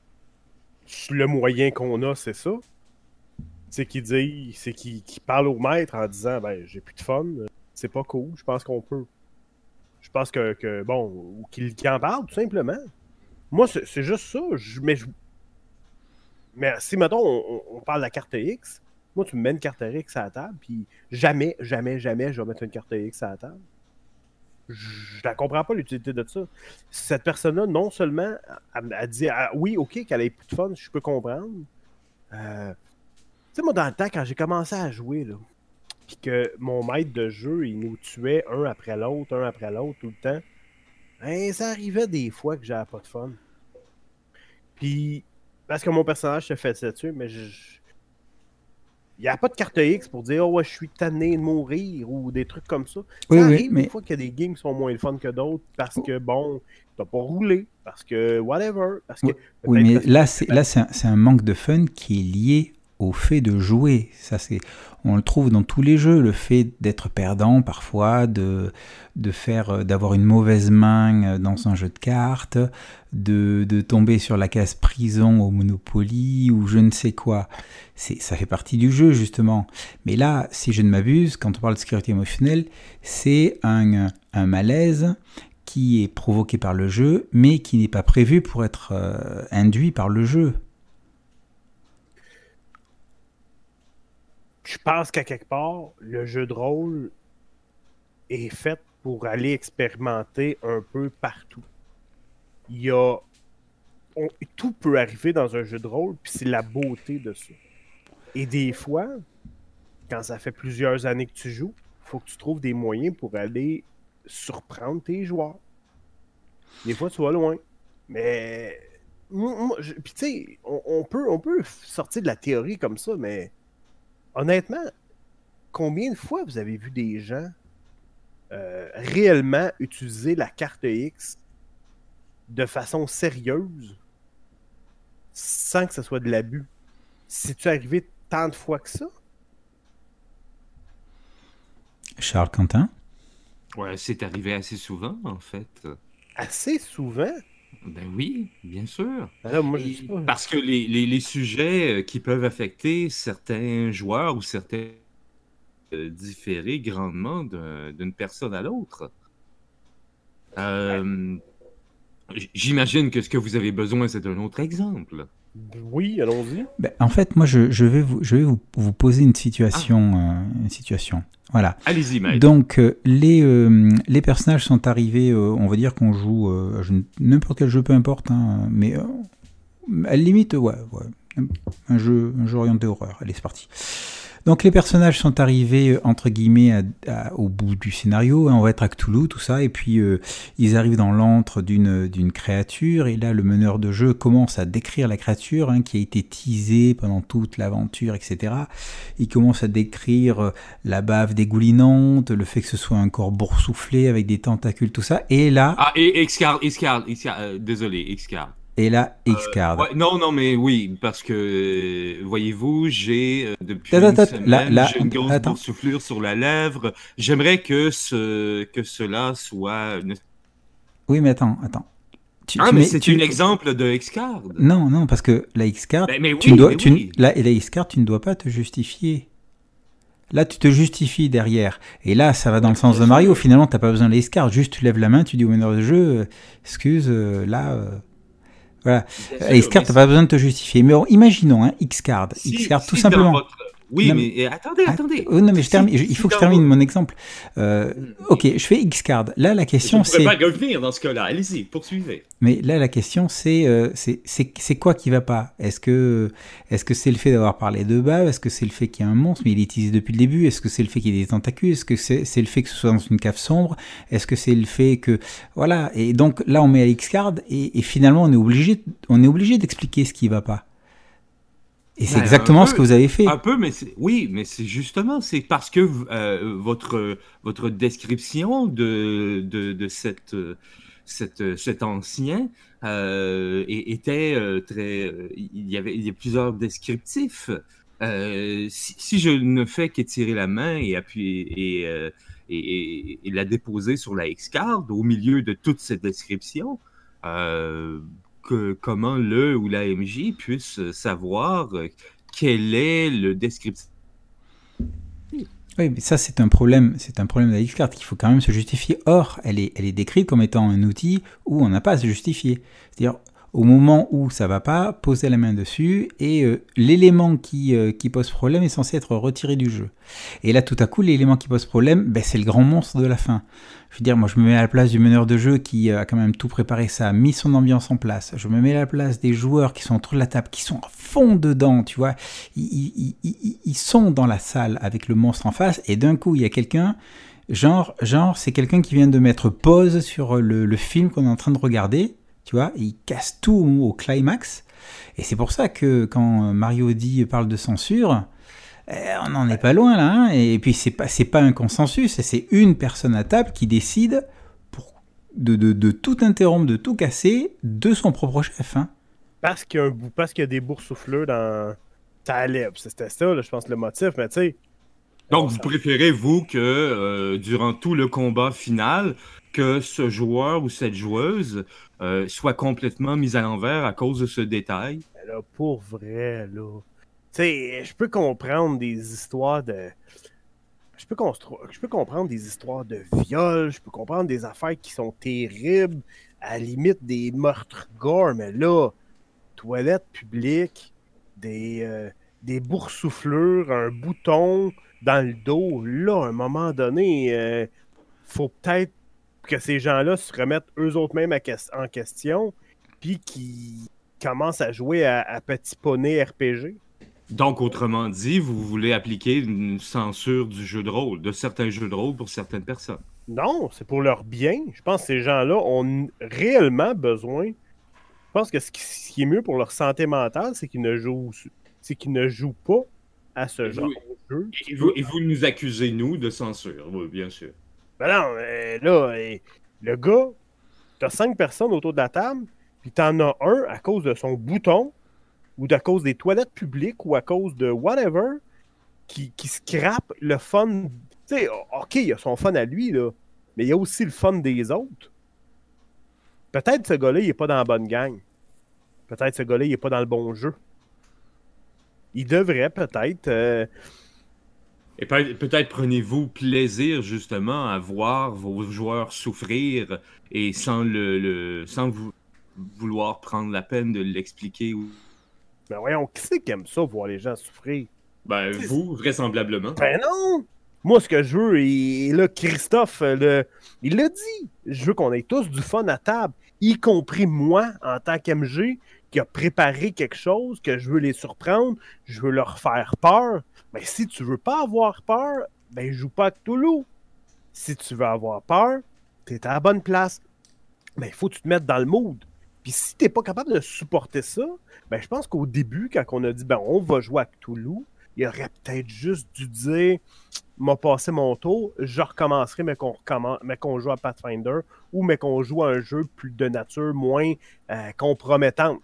le moyen qu'on a, c'est ça. C'est qu'il dit, c'est qu'il qu'il parle au maître en disant, ben, j'ai plus de fun. C'est pas cool, je pense qu'on peut. Je pense que, que bon, ou qu'il qu en parle, tout simplement. Moi, c'est juste ça. Je, mais, je, mais si, mettons, on, on parle de la carte X, moi, tu me mets une carte X à la table, puis jamais, jamais, jamais, je vais mettre une carte X à la table. Je, je la comprends pas, l'utilité de ça. Cette personne-là, non seulement, elle, elle dit, ah, oui, OK, qu'elle ait plus de fun, je peux comprendre. Euh, tu sais, moi, dans le temps, quand j'ai commencé à jouer, là, puis que mon maître de jeu, il nous tuait un après l'autre, un après l'autre, tout le temps. Ben, ça arrivait des fois que j'avais pas de fun. Puis, parce que mon personnage se fait dessus, mais je... il n'y a pas de carte X pour dire « Oh ouais, je suis tanné de mourir » ou des trucs comme ça. Oui, ça oui, arrive mais... des fois qu'il y a des games qui sont moins le fun que d'autres parce que, bon, t'as pas roulé, parce que whatever. Parce que, oui, oui mais là, c'est que... là c'est un, un manque de fun qui est lié au fait de jouer. Ça, c'est, on le trouve dans tous les jeux, le fait d'être perdant parfois, de, de faire, d'avoir une mauvaise main dans un jeu de cartes, de, de tomber sur la case prison au Monopoly ou je ne sais quoi. C'est, ça fait partie du jeu justement. Mais là, si je ne m'abuse, quand on parle de sécurité émotionnelle, c'est un, un malaise qui est provoqué par le jeu, mais qui n'est pas prévu pour être euh, induit par le jeu. Je pense qu'à quelque part, le jeu de rôle est fait pour aller expérimenter un peu partout. Il y a... On... Tout peut arriver dans un jeu de rôle, puis c'est la beauté de ça. Et des fois, quand ça fait plusieurs années que tu joues, il faut que tu trouves des moyens pour aller surprendre tes joueurs. Des fois, tu vas loin. Mais... Moi, je... Puis tu sais, on, on, peut, on peut sortir de la théorie comme ça, mais... Honnêtement, combien de fois vous avez vu des gens euh, réellement utiliser la carte X de façon sérieuse sans que ce soit de l'abus? C'est-tu arrivé tant de fois que ça? Charles Quentin? Ouais, c'est arrivé assez souvent, en fait. Assez souvent? Ben oui, bien sûr. Alors, moi, je sais pas. Parce que les, les, les sujets qui peuvent affecter certains joueurs ou certains euh, différer grandement d'une personne à l'autre. Euh, J'imagine que ce que vous avez besoin, c'est un autre exemple. Oui, allons-y. Ben, en fait, moi, je, je vais, vous, je vais vous, vous poser une situation. Ah. Euh, une situation. Voilà. Allez-y, maître. Donc, euh, les, euh, les personnages sont arrivés, euh, on va dire qu'on joue euh, n'importe quel jeu, peu importe, hein, mais euh, à la limite, ouais, ouais, un jeu, un jeu orienté horreur. Allez, c'est parti. Donc les personnages sont arrivés euh, entre guillemets à, à, au bout du scénario, hein, on va être à Cthulhu, tout ça, et puis euh, ils arrivent dans l'antre d'une d'une créature, et là le meneur de jeu commence à décrire la créature hein, qui a été teasée pendant toute l'aventure, et cetera. Il commence à décrire euh, la bave dégoulinante, le fait que ce soit un corps boursouflé avec des tentacules, tout ça, et là... Ah, et X-Card, X-Card, X-Card, euh, désolé, X-Card. Et là, X-Card. Euh, ouais, non, non, mais oui, parce que, euh, voyez-vous, j'ai, euh, depuis attends, une attends, semaine, là, là, j'ai une grosse attends. boursouflure sur la lèvre. J'aimerais que, ce, que cela soit... Une... Oui, mais attends, attends. Tu, ah, tu mais mets, c'est tu... un exemple de X-Card. Non, non, parce que la X-Card, ben, mais oui, tu ne dois, mais tu, oui. là, et la X-Card, tu ne dois pas te justifier. Là, tu te justifies derrière. Et là, ça va dans ouais, le sens de Mario. Sûr. Finalement, tu n'as pas besoin de la X-Card. Juste, tu lèves la main, tu dis au meneur de jeu, euh, excuse, euh, là... Euh... Voilà. X-Card, t'as pas besoin de te justifier. Mais bon, imaginons, hein, X-Card. Si, X-Card, si tout simplement. Votre... Oui, non, mais... mais attendez, attendez. Oh, non, mais je termine. Je, il faut si que je termine votre... mon exemple. Euh, ok, je fais X-Card. Là, la question, c'est... Je ne pourrais pas revenir dans ce cas-là. Allez-y, poursuivez. Mais là, la question, c'est euh, c'est quoi qui va pas? Est-ce que est-ce que c'est le fait d'avoir parlé de bave? Est-ce que c'est le fait qu'il y a un monstre, mais il est utilisé depuis le début? Est-ce que c'est le fait qu'il y ait des tentacules? Est-ce que c'est c'est le fait que ce soit dans une cave sombre? Est-ce que c'est le fait que... Voilà. Et donc, là, on met à X-Card et, et finalement, on est obligé, on est obligé d'expliquer ce qui va pas. Et c'est ben, exactement peu, ce que vous avez fait. Un peu, mais oui, mais c'est justement, c'est parce que euh, votre, votre description de, de, de cette, cette, cet ancien euh, était euh, très... Il y avait il y a plusieurs descriptifs. Euh, si, si je ne fais qu'étirer la main et appuyer et, euh, et, et, et la déposer sur la X-Card au milieu de toute cette description, euh, que, comment le ou la M J puisse savoir quel est le descriptif. Oui, mais ça c'est un problème, c'est un problème de la X-Card qu'il faut quand même se justifier. Or, elle est, elle est décrite comme étant un outil où on n'a pas à se justifier. C'est-à-dire, au moment où ça va pas, poser la main dessus et euh, l'élément qui, euh, qui pose problème est censé être retiré du jeu. Et là, tout à coup, l'élément qui pose problème, ben, c'est le grand monstre de la fin. Je veux dire, moi, je me mets à la place du meneur de jeu qui a quand même tout préparé ça, a mis son ambiance en place. Je me mets à la place des joueurs qui sont autour de la table, qui sont à fond dedans, tu vois. Ils, ils, ils, ils sont dans la salle avec le monstre en face et d'un coup, il y a quelqu'un... Genre, genre c'est quelqu'un qui vient de mettre pause sur le, le film qu'on est en train de regarder. Tu vois, il casse tout au, au climax. Et c'est pour ça que quand Mario dit parle de censure, eh, on n'en est pas loin là. Hein, et puis c'est pas c'est pas un consensus, c'est une personne à table qui décide pour de, de, de tout interrompre, de tout casser de son propre chef. Hein. Parce qu'il y a un parce qu'il y a des boursoufleurs dans ta lèvre. C'était ça, là, je pense, le motif. Mais tu sais. Donc vous ça... préférez vous que euh, durant tout le combat final, que ce joueur ou cette joueuse euh, soit complètement mise à l'envers à cause de ce détail? Là, pour vrai, là. Tu sais, je peux comprendre des histoires de... Je peux, constru... je peux comprendre des histoires de viol, je peux comprendre des affaires qui sont terribles, à la limite des meurtres gore, mais là, toilettes publiques, des, euh, des boursouflures, un bouton dans le dos, là, à un moment donné, euh, faut peut-être que ces gens-là se remettent eux autres mêmes en question, puis qu'ils commencent à jouer à, à petit poney R P G. Donc, autrement dit, vous voulez appliquer une censure du jeu de rôle, de certains jeux de rôle pour certaines personnes. Non, c'est pour leur bien. Je pense que ces gens-là ont réellement besoin. Je pense que ce qui, ce qui est mieux pour leur santé mentale, c'est qu'ils ne jouent, c'est qu'ils ne jouent pas à ce et genre vous, de jeu. Et vous, et vous nous accusez, nous, de censure, oui, bien sûr. Ben non, euh, là, euh, le gars, t'as cinq personnes autour de la table, puis t'en as un à cause de son bouton, ou à cause des toilettes publiques, ou à cause de whatever, qui, qui scrape le fun. Tu sais, ok, il a son fun à lui, là, mais il y a aussi le fun des autres. Peut-être ce gars-là, il est pas dans la bonne gang. Peut-être ce gars-là, il est pas dans le bon jeu. Il devrait peut-être... Euh, Et peut-être prenez-vous plaisir justement à voir vos joueurs souffrir et sans le, le sans vous, vouloir prendre la peine de l'expliquer. Ben voyons, qui c'est qui aime ça, voir les gens souffrir? Ben vous, vraisemblablement. Ben non! Moi, ce que je veux, et là, Christophe, le, il l'a dit, je veux qu'on ait tous du fun à table, y compris moi, en tant qu'M G, qui a préparé quelque chose, que je veux les surprendre, je veux leur faire peur. Mais si tu veux pas avoir peur, ben joue pas à Cthulhu. Si tu veux avoir peur, t'es à la bonne place. Ben il faut que tu te mettes dans le mood. Puis si t'es pas capable de supporter ça, ben je pense qu'au début, quand on a dit ben on va jouer à Cthulhu, il aurait peut-être juste dû dire m'a passé mon tour, je recommencerai mais qu'on recommence, mais qu'on joue à Pathfinder ou mais qu'on joue à un jeu plus de nature moins euh, compromettante.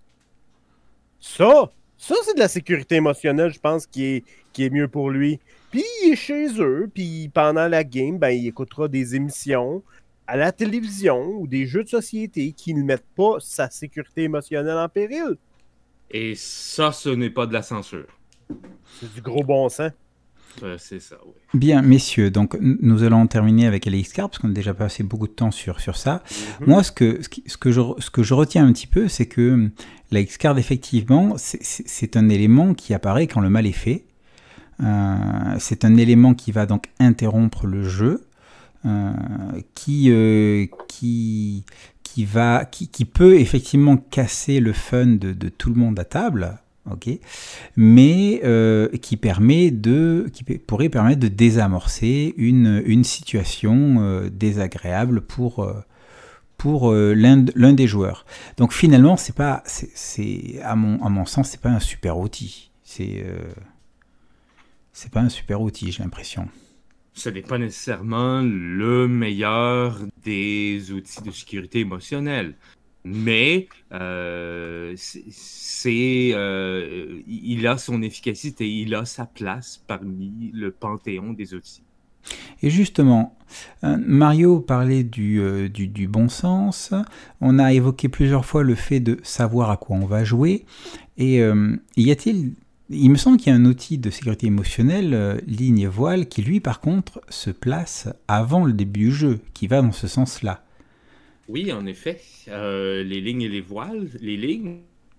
Ça, ça c'est de la sécurité émotionnelle, je pense, qui est, qui est mieux pour lui. Puis il est chez eux, puis pendant la game, ben il écoutera des émissions à la télévision ou des jeux de société qui ne mettent pas sa sécurité émotionnelle en péril. Et ça, ce n'est pas de la censure. C'est du gros bon sens. Euh, c'est ça, oui. Bien, messieurs, donc nous allons terminer avec L X Card, parce qu'on a déjà passé beaucoup de temps sur, sur ça. Mm-hmm. Moi, ce que, ce, qui, ce, que je, ce que je retiens un petit peu, c'est que la L X Card, effectivement, c'est, c'est, c'est un élément qui apparaît quand le mal est fait. Euh, c'est un élément qui va donc interrompre le jeu, euh, qui, euh, qui, qui, va, qui, qui peut effectivement casser le fun de, de tout le monde à table. Okay. Mais euh, qui permet de, qui pourrait permettre de désamorcer une, une situation euh, désagréable pour, euh, pour euh, l'un, l'un des joueurs. Donc finalement, c'est pas, c'est, c'est, à, mon, à mon sens, c'est pas un super outil. C'est, euh, c'est pas un super outil, j'ai l'impression. Ce n'est pas nécessairement le meilleur des outils de sécurité émotionnelle. Mais euh, c'est, c'est euh, il a son efficacité, il a sa place parmi le panthéon des outils. Et justement, euh, Mario parlait du, euh, du, du bon sens. On a évoqué plusieurs fois le fait de savoir à quoi on va jouer. Et euh, y a-t-il, il me semble qu'il y a un outil de sécurité émotionnelle, euh, ligne et voile, qui lui, par contre, se place avant le début du jeu, qui va dans ce sens-là. Oui, en effet. Euh, les lignes et les voiles, les lignes,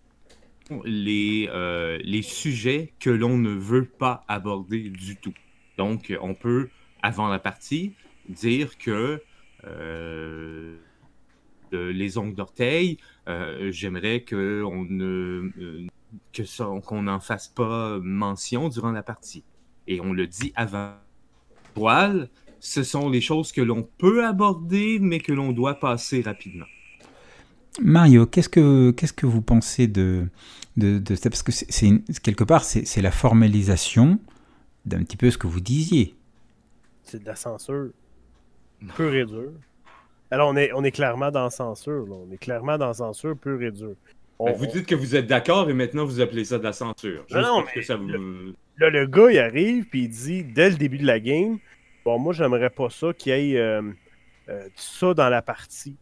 les, euh, les sujets que l'on ne veut pas aborder du tout. Donc, on peut, avant la partie, dire que euh, les ongles d'orteil, euh, j'aimerais que on ne, euh, que ça, qu'on n'en fasse pas mention durant la partie. Et on le dit avant. Voile, ce sont les choses que l'on peut aborder, mais que l'on doit passer rapidement. Mario, qu'est-ce que, qu'est-ce que vous pensez de, de, de ça? Parce que c'est, c'est une, quelque part, c'est, c'est la formalisation d'un petit peu ce que vous disiez. C'est de la censure pure et dure. Alors, on est, on est clairement dans la censure. Là. On est clairement dans la censure pure et dure. On, ben, vous dites que vous êtes d'accord et maintenant vous appelez ça de la censure. Juste non, parce que ça vous... le, là, le gars, il arrive puis il dit, dès le début de la game, bon, moi, j'aimerais pas ça qu'il y ait euh, euh, ça dans la partie.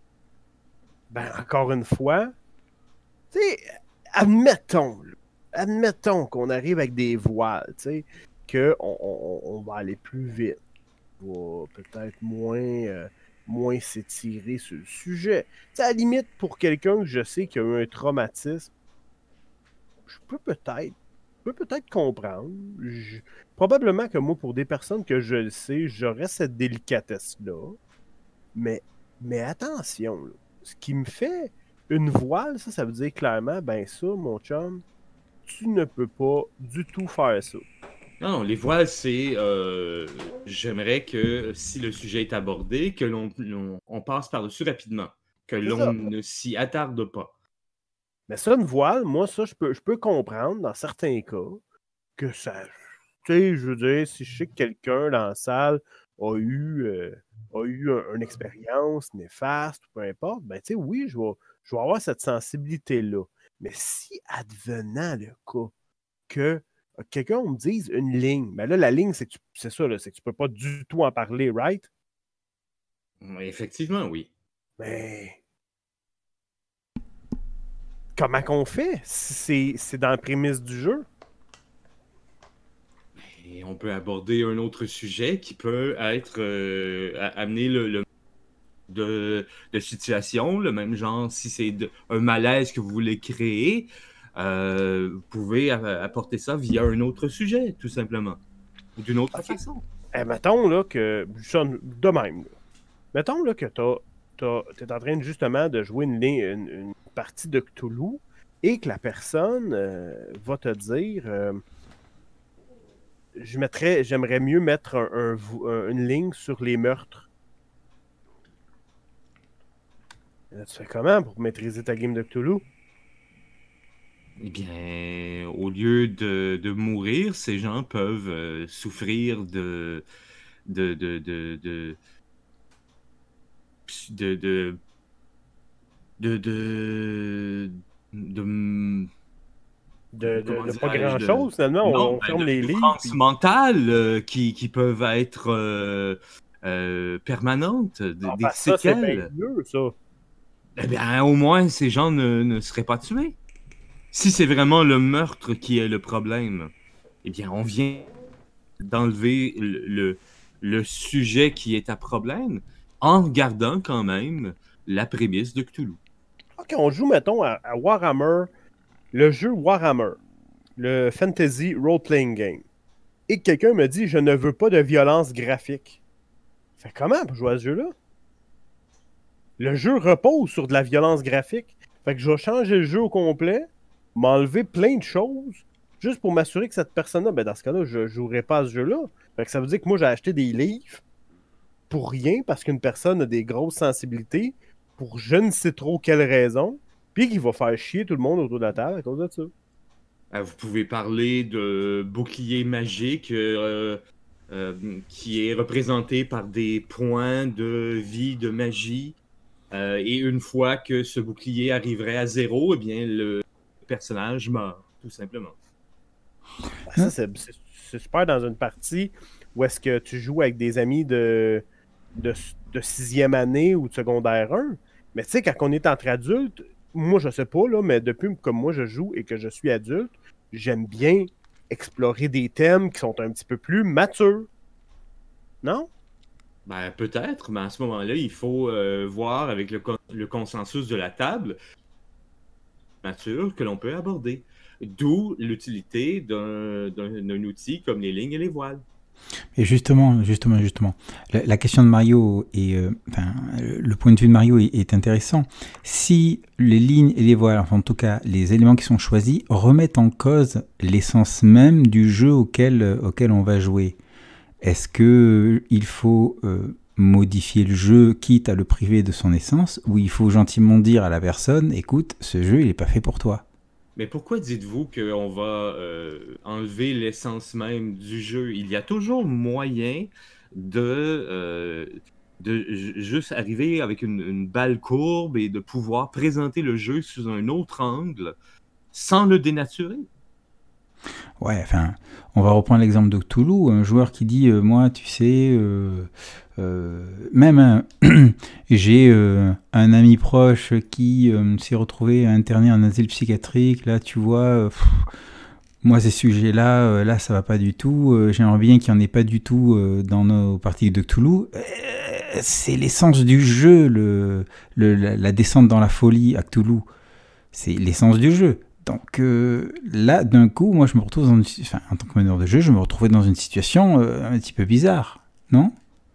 Ben, encore une fois, tu sais, admettons, là, admettons qu'on arrive avec des voiles, tu sais, qu'on on, on va aller plus vite, on va peut-être moins, euh, moins s'étirer sur le sujet. Tu sais, à la limite, pour quelqu'un que je sais qui a eu un traumatisme, je peux peut-être, je peux peut-être comprendre. Je, probablement que moi, pour des personnes que je le sais, j'aurais cette délicatesse-là. Mais, mais attention, là. Ce qui me fait une voile, ça, ça veut dire clairement, ben ça, mon chum, tu ne peux pas du tout faire ça. Non, non, les voiles, c'est... Euh, j'aimerais que, si le sujet est abordé, que l'on, l'on on passe par-dessus rapidement. Que c'est l'on ça. Ne s'y attarde pas. Mais ça, une voile, moi, ça, je peux, je peux comprendre, dans certains cas, que ça... Tu sais, je veux dire, si je sais que quelqu'un dans la salle a eu... Euh, a eu un, une expérience néfaste, peu importe, ben tu sais, oui, je vais, je vais avoir cette sensibilité-là. Mais si advenant le cas que quelqu'un me dise une ligne, ben là, la ligne, c'est, que tu, c'est ça, là, c'est que tu peux pas du tout en parler, right? Effectivement, oui. Mais comment qu'on fait? C'est, c'est dans la prémisse du jeu. Et on peut aborder un autre sujet qui peut être euh, amener le, le de, de situation, le même genre, si c'est de, un malaise que vous voulez créer, euh, vous pouvez a, apporter ça via un autre sujet, tout simplement. Ou d'une autre okay. façon. Eh, mettons là que, de même, là. mettons là que t'as, t'as, t'es en train justement de jouer une ligne, une, une partie de Cthulhu et que la personne euh, va te dire euh, je mettrais, j'aimerais mieux mettre un, un, un, une ligne sur les meurtres. Là, tu fais comment pour maîtriser ta game de Cthulhu? Eh bien, au lieu de, de mourir, ces gens peuvent euh, souffrir de de de de de de de de, de, de De, de, comment de pas dirais-je, de- grand-chose, finalement. non, On, on ben, ferme de les livres. souffrances Puis... mentales euh, qui, qui peuvent être euh, euh, permanentes, de- Ah, des ben, ça, c'est bien séquelles. mieux, ça. Eh bien, au moins, ces gens ne, ne seraient pas tués. Si c'est vraiment le meurtre qui est le problème, eh bien, on vient d'enlever le, le, le sujet qui est à problème en gardant quand même la prémisse de Cthulhu. Ok, on joue, mettons, à, à Warhammer, le jeu Warhammer, le fantasy role-playing game, et que quelqu'un me dit je ne veux pas de violence graphique. Fait comment pour jouer à ce jeu-là? Le jeu repose sur de la violence graphique. Fait que je vais changer le jeu au complet, m'enlever plein de choses, juste pour m'assurer que cette personne-là, ben dans ce cas-là, je jouerai pas à ce jeu-là. Fait que ça veut dire que moi, j'ai acheté des livres pour rien, parce qu'une personne a des grosses sensibilités, pour je ne sais trop quelle raison, puis qui va faire chier tout le monde autour de la table à cause de ça. Euh, Vous pouvez parler de bouclier magique euh, euh, qui est représenté par des points de vie, de magie. Euh, et une fois que ce bouclier arriverait à zéro, eh bien, le personnage meurt, tout simplement. Ben, ça, c'est, c'est, c'est super dans une partie où est-ce que tu joues avec des amis de, de, de sixième année ou de secondaire un. Mais tu sais, quand on est entre adultes, moi, je sais pas, là, mais depuis que moi, je joue et que je suis adulte, j'aime bien explorer des thèmes qui sont un petit peu plus matures. Non? Ben, peut-être, mais à ce moment-là, il faut euh, voir avec le, con- le consensus de la table nature que l'on peut aborder. D'où l'utilité d'un, d'un, d'un outil comme les lignes et les voiles. Et justement, justement, justement, la, la question de Mario est, euh, enfin, le point de vue de Mario est, est intéressant. Si les lignes et les voiles, enfin en tout cas les éléments qui sont choisis, remettent en cause l'essence même du jeu auquel, auquel on va jouer, est-ce que il faut euh, modifier le jeu quitte à le priver de son essence, ou il faut gentiment dire à la personne, écoute, ce jeu il n'est pas fait pour toi? Mais pourquoi dites-vous qu'on va euh, enlever l'essence même du jeu? Il y a toujours moyen de, euh, de ju- juste arriver avec une, une balle courbe et de pouvoir présenter le jeu sous un autre angle sans le dénaturer. Ouais, enfin, on va reprendre l'exemple de Cthulhu, un joueur qui dit, euh, moi, tu sais, euh, euh, même un- j'ai euh, un ami proche qui euh, s'est retrouvé interné en asile psychiatrique, là, tu vois, euh, pff, moi, ces sujets-là, euh, là, ça va pas du tout, euh, j'aimerais bien qu'il n'y en ait pas du tout euh, dans nos parties de Cthulhu. Euh, c'est l'essence du jeu, le, le- la, la descente dans la folie à Cthulhu. C'est l'essence du jeu. Donc euh, là, d'un coup, moi, je me retrouve dans une, enfin, en tant que meneur de jeu, je me retrouvais dans une situation euh, un petit peu bizarre, non?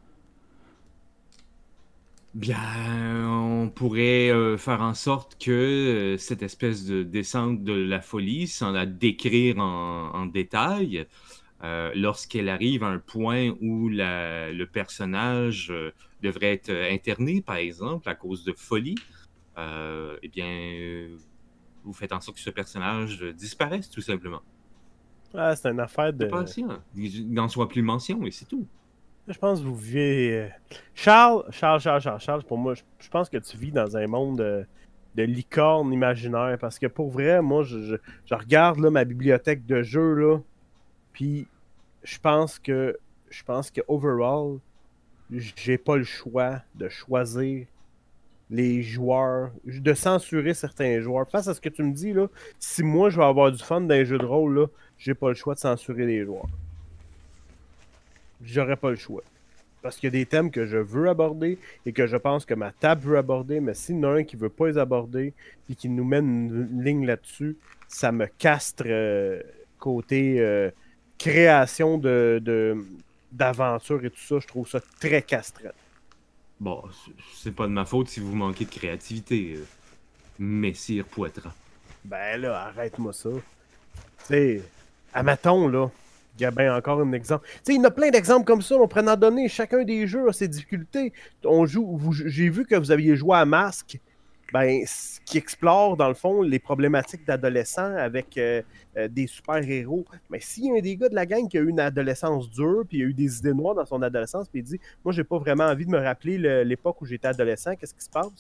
Bien, on pourrait euh, faire en sorte que euh, cette espèce de descente de la folie, sans la décrire en, en détail, euh, lorsqu'elle arrive à un point où la- le personnage euh, devrait être interné, par exemple, à cause de folie, euh, eh bien, euh, vous faites en sorte que ce personnage euh, disparaisse, tout simplement. Ah, c'est une affaire C'est de... pas patient. Il n'en soit plus mention, et c'est tout. Je pense que vous vivez... euh, Charles, Charles, Charles, Charles, Charles, pour moi, je, je pense que tu vis dans un monde de, de licorne imaginaire. Parce que pour vrai, moi, je, je, je regarde là, ma bibliothèque de jeux, là, puis je pense que, je pense que overall, j'ai pas le choix de choisir les joueurs, de censurer certains joueurs. Face à ce que tu me dis, là, si moi, je vais avoir du fun dans les jeux de rôle, là, j'ai pas le choix de censurer les joueurs. J'aurais pas le choix. Parce qu'il y a des thèmes que je veux aborder et que je pense que ma table veut aborder, mais s'il y en a un qui veut pas les aborder et qui nous mène une, une ligne là-dessus, ça me castre euh, côté euh, création de, de, d'aventure et tout ça. Je trouve ça très castrant. Bon, c'est- c'est pas de ma faute si vous manquez de créativité. euh. Messire Poitras. Ben là, arrête-moi ça. Tu sais, admettons, là, Gabin, encore un exemple. Tu sais, il y en a plein d'exemples comme ça. On pourrait en donner. Chacun des jeux a ses difficultés. On joue, vous- j'ai vu que vous aviez joué à Masque, ben, ce qui explore, dans le fond, les problématiques d'adolescents avec euh, euh, des super-héros. Mais s'il y a un des gars de la gang qui a eu une adolescence dure, puis il a eu des idées noires dans son adolescence, puis il dit « Moi, j'ai pas vraiment envie de me rappeler le- l'époque où j'étais adolescent. Qu'est-ce qui se passe? »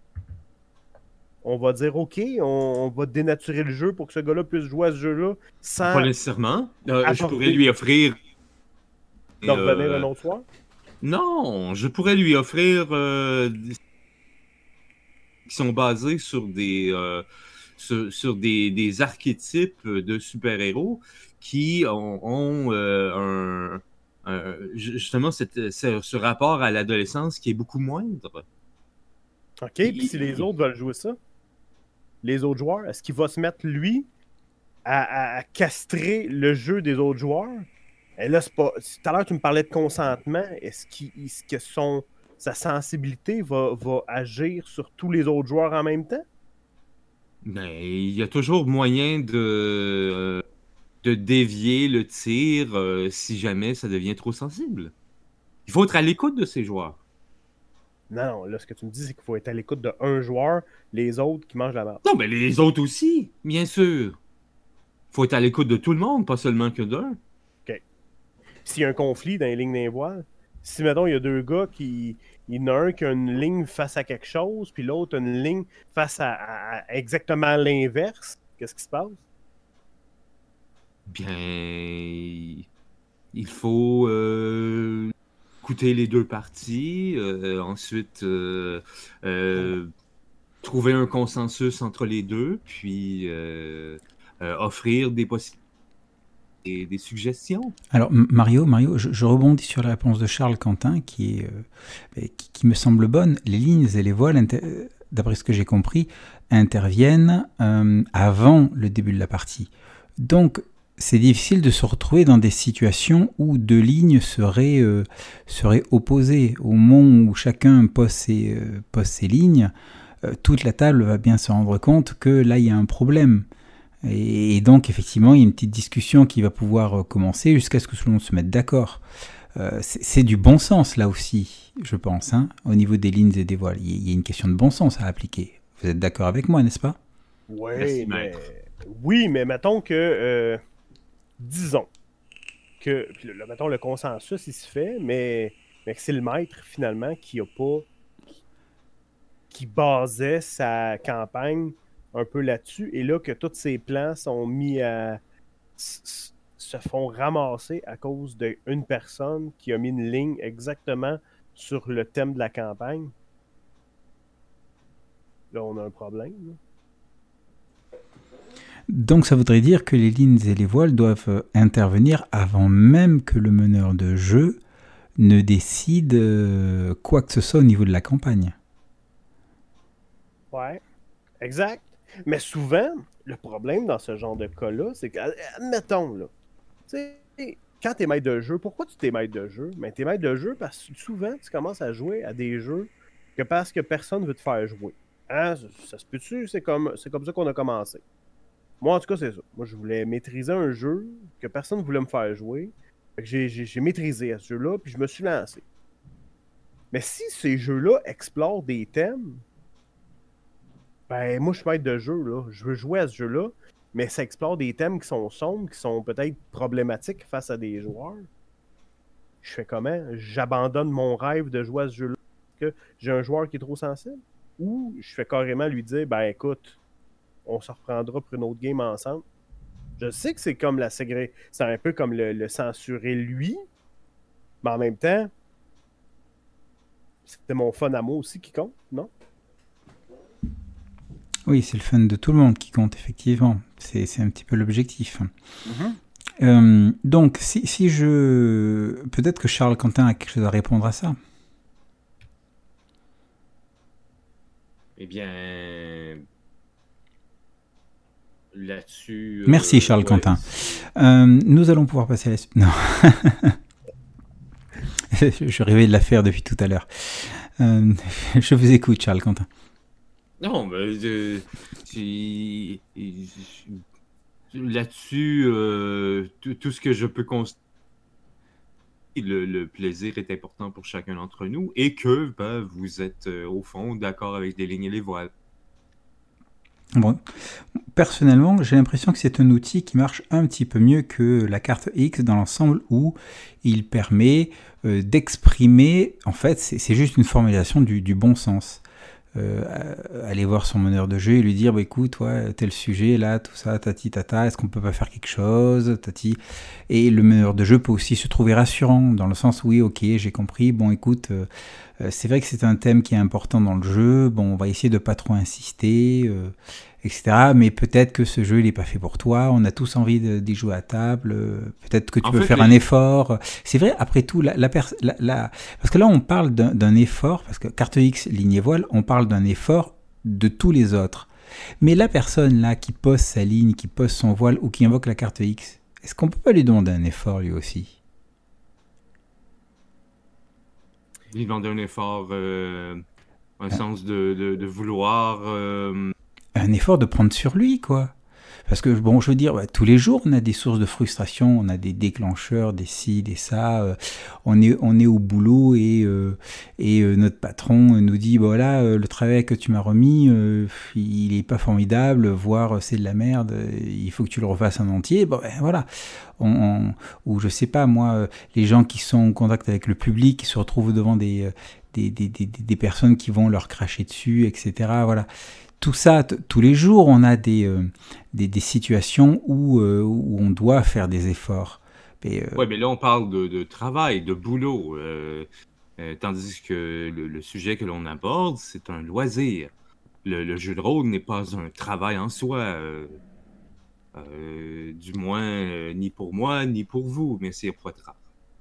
On va dire « OK, on, on va dénaturer le jeu pour que ce gars-là puisse jouer à ce jeu-là sans Pas nécessairement. Euh, je apporter- pourrais lui offrir... de revenir euh, un autre soir. » Non, je pourrais lui offrir euh, des- qui sont basés sur des euh, sur, sur des, des archétypes de super-héros qui ont, ont, euh, un, un- justement cette- ce, ce rapport à l'adolescence qui est beaucoup moindre. OK, Il- puis si les autres veulent jouer ça, les autres joueurs, est-ce qu'il va se mettre, lui, à, à- à castrer le jeu des autres joueurs? Et là, c'est pas... Tout à l'heure, tu me parlais de consentement. Est-ce, qu'il, est-ce que son, sa sensibilité va, va agir sur tous les autres joueurs en même temps? Mais il y a toujours moyen de, euh, de dévier le tir euh, si jamais ça devient trop sensible. Il faut être à l'écoute de ces joueurs. Non, non, là, ce que tu me dis, c'est qu'il faut être à l'écoute de un joueur, les autres qui mangent la merde. Non, mais les autres aussi, bien sûr. Il faut être à l'écoute de tout le monde, pas seulement que d'un. S'il y a un conflit dans les lignes d'un voile, si, mettons, il y a deux gars qui... Il y en a un qui a une ligne face à quelque chose, puis l'autre a une ligne face à, à- à exactement l'inverse, qu'est-ce qui se passe? Bien, il faut euh, écouter les deux parties, euh, ensuite euh, euh, trouver un consensus entre les deux, puis euh, euh, offrir des possibilités, des, des suggestions. Alors M- Mario, Mario, je, je rebondis sur la réponse de Charles Quentin qui, est, euh, qui, qui me semble bonne. Les lignes et les voiles, inter- euh, d'après ce que j'ai compris, interviennent euh, avant le début de la partie. Donc c'est difficile de se retrouver dans des situations où deux lignes seraient, euh, seraient opposées. Au moment où chacun pose ses, euh, pose ses lignes, euh, toute la table va bien se rendre compte que là il y a un problème. Et, et donc effectivement il y a une petite discussion qui va pouvoir euh, commencer jusqu'à ce que tout le monde se mette d'accord. Euh, c'est, c'est du bon sens là aussi, je pense, hein, au niveau des lignes et des voiles. Il y, il y a une question de bon sens à appliquer. Vous êtes d'accord avec moi, n'est-ce pas? Oui, Merci, mais... maître. Oui, mais mettons que... euh, disons que... Puis là, mettons, le consensus, il se fait, mais, mais que c'est le maître, finalement, qui a pas... Qui, qui basait sa campagne un peu là-dessus, et là que tous ses plans sont mis à... s- s- se font ramasser à cause d'une personne qui a mis une ligne exactement sur le thème de la campagne. Là, on a un problème, là. Donc ça voudrait dire que les lignes et les voiles doivent euh, intervenir avant même que le meneur de jeu ne décide euh, quoi que ce soit au niveau de la campagne. Ouais, exact. Mais souvent, le problème dans ce genre de cas-là, c'est que, admettons, là, tu sais, quand t'es maître de jeu, pourquoi tu t'es maître de jeu? Mais t'es maître de jeu parce que souvent, tu commences à jouer à des jeux que parce que personne veut te faire jouer. Hein? Ça, ça se peut-tu? C'est comme, c'est comme ça qu'on a commencé. Moi, en tout cas, c'est ça. Moi, je voulais maîtriser un jeu que personne ne voulait me faire jouer. Fait que j'ai, j'ai, j'ai maîtrisé à ce jeu-là, puis je me suis lancé. Mais si ces jeux-là explorent des thèmes, ben, moi, je suis maître de jeu, là. Je veux jouer à ce jeu-là, mais ça explore des thèmes qui sont sombres, qui sont peut-être problématiques face à des joueurs. Je fais comment? J'abandonne mon rêve de jouer à ce jeu-là parce que j'ai un joueur qui est trop sensible? Ou je fais carrément lui dire, ben, écoute, on se reprendra pour une autre game ensemble. Je sais que c'est comme la ségré... C'est un peu comme le, le censurer lui, mais en même temps, c'était mon fun à moi aussi qui compte, non? Oui, c'est le fun de tout le monde qui compte, effectivement. C'est, c'est un petit peu l'objectif. Mm-hmm. Euh, donc, si, si je... Peut-être que Charles Quentin a quelque chose à répondre à ça. Eh bien, là-dessus... Merci euh, Charles ouais, Quentin. Euh, nous allons pouvoir passer à la suite. Non. Je rêvais de la faire depuis tout à l'heure. Euh, je vous écoute, Charles Quentin. Non, ben, euh, c'est- là-dessus, euh, tout, tout ce que je peux constater, le, le plaisir est important pour chacun d'entre nous et que ben, vous êtes euh, au fond d'accord avec les lignes et les voiles. Bon, personnellement, j'ai l'impression que c'est un outil qui marche un petit peu mieux que la carte X dans l'ensemble où il permet euh, d'exprimer, en fait, c'est juste une formulation du, du bon sens. Euh, aller voir son meneur de jeu et lui dire bah, écoute, ouais, tel sujet, là, tout ça, tati tata, est-ce qu'on peut pas faire quelque chose, tati. Et le meneur de jeu peut aussi se trouver rassurant, dans le sens où oui, ok, j'ai compris, bon écoute, euh, c'est vrai que c'est un thème qui est important dans le jeu, bon, on va essayer de pas trop insister, euh, et cetera. Mais peut-être que ce jeu, il n'est pas fait pour toi, on a tous envie d'y jouer à table, euh, peut-être que tu En peux fait, faire les- un effort. C'est vrai, après tout, la, la, pers- la, la- parce que là, on parle d'un effort, parce que carte X, ligne et voile, on parle d'un effort de tous les autres. Mais la personne là qui pose sa ligne, qui pose son voile ou qui invoque la carte X, est-ce qu'on peut pas lui demander un effort lui aussi? Ils demandent un effort, euh, un un, sens de, de, de vouloir. euh, un effort de prendre sur lui, quoi. Parce que, bon, je veux dire, bah, tous les jours, on a des sources de frustration, on a des déclencheurs, des ci, des ça. Euh, on, est, on est au boulot et, euh, et euh, notre patron nous dit, voilà, euh, le travail que tu m'as remis, euh, il est pas formidable, voire euh, c'est de la merde, euh, il faut que tu le refasses en entier. Bon, ben, voilà. On, on, ou je sais pas, moi, euh, les gens qui sont en contact avec le public, qui se retrouvent devant des, euh, des, des, des, des personnes qui vont leur cracher dessus, et cetera. Voilà. Tout ça, tous les jours, on a des, euh, des, des situations où, euh, où on doit faire des efforts. Mais, euh, Ouais, mais là, on parle de, de travail, de boulot, euh, euh, tandis que le, le sujet que l'on aborde, c'est un loisir. Le, le jeu de rôle n'est pas un travail en soi, euh, euh, du moins euh, ni pour moi, ni pour vous, mais c'est pas grave.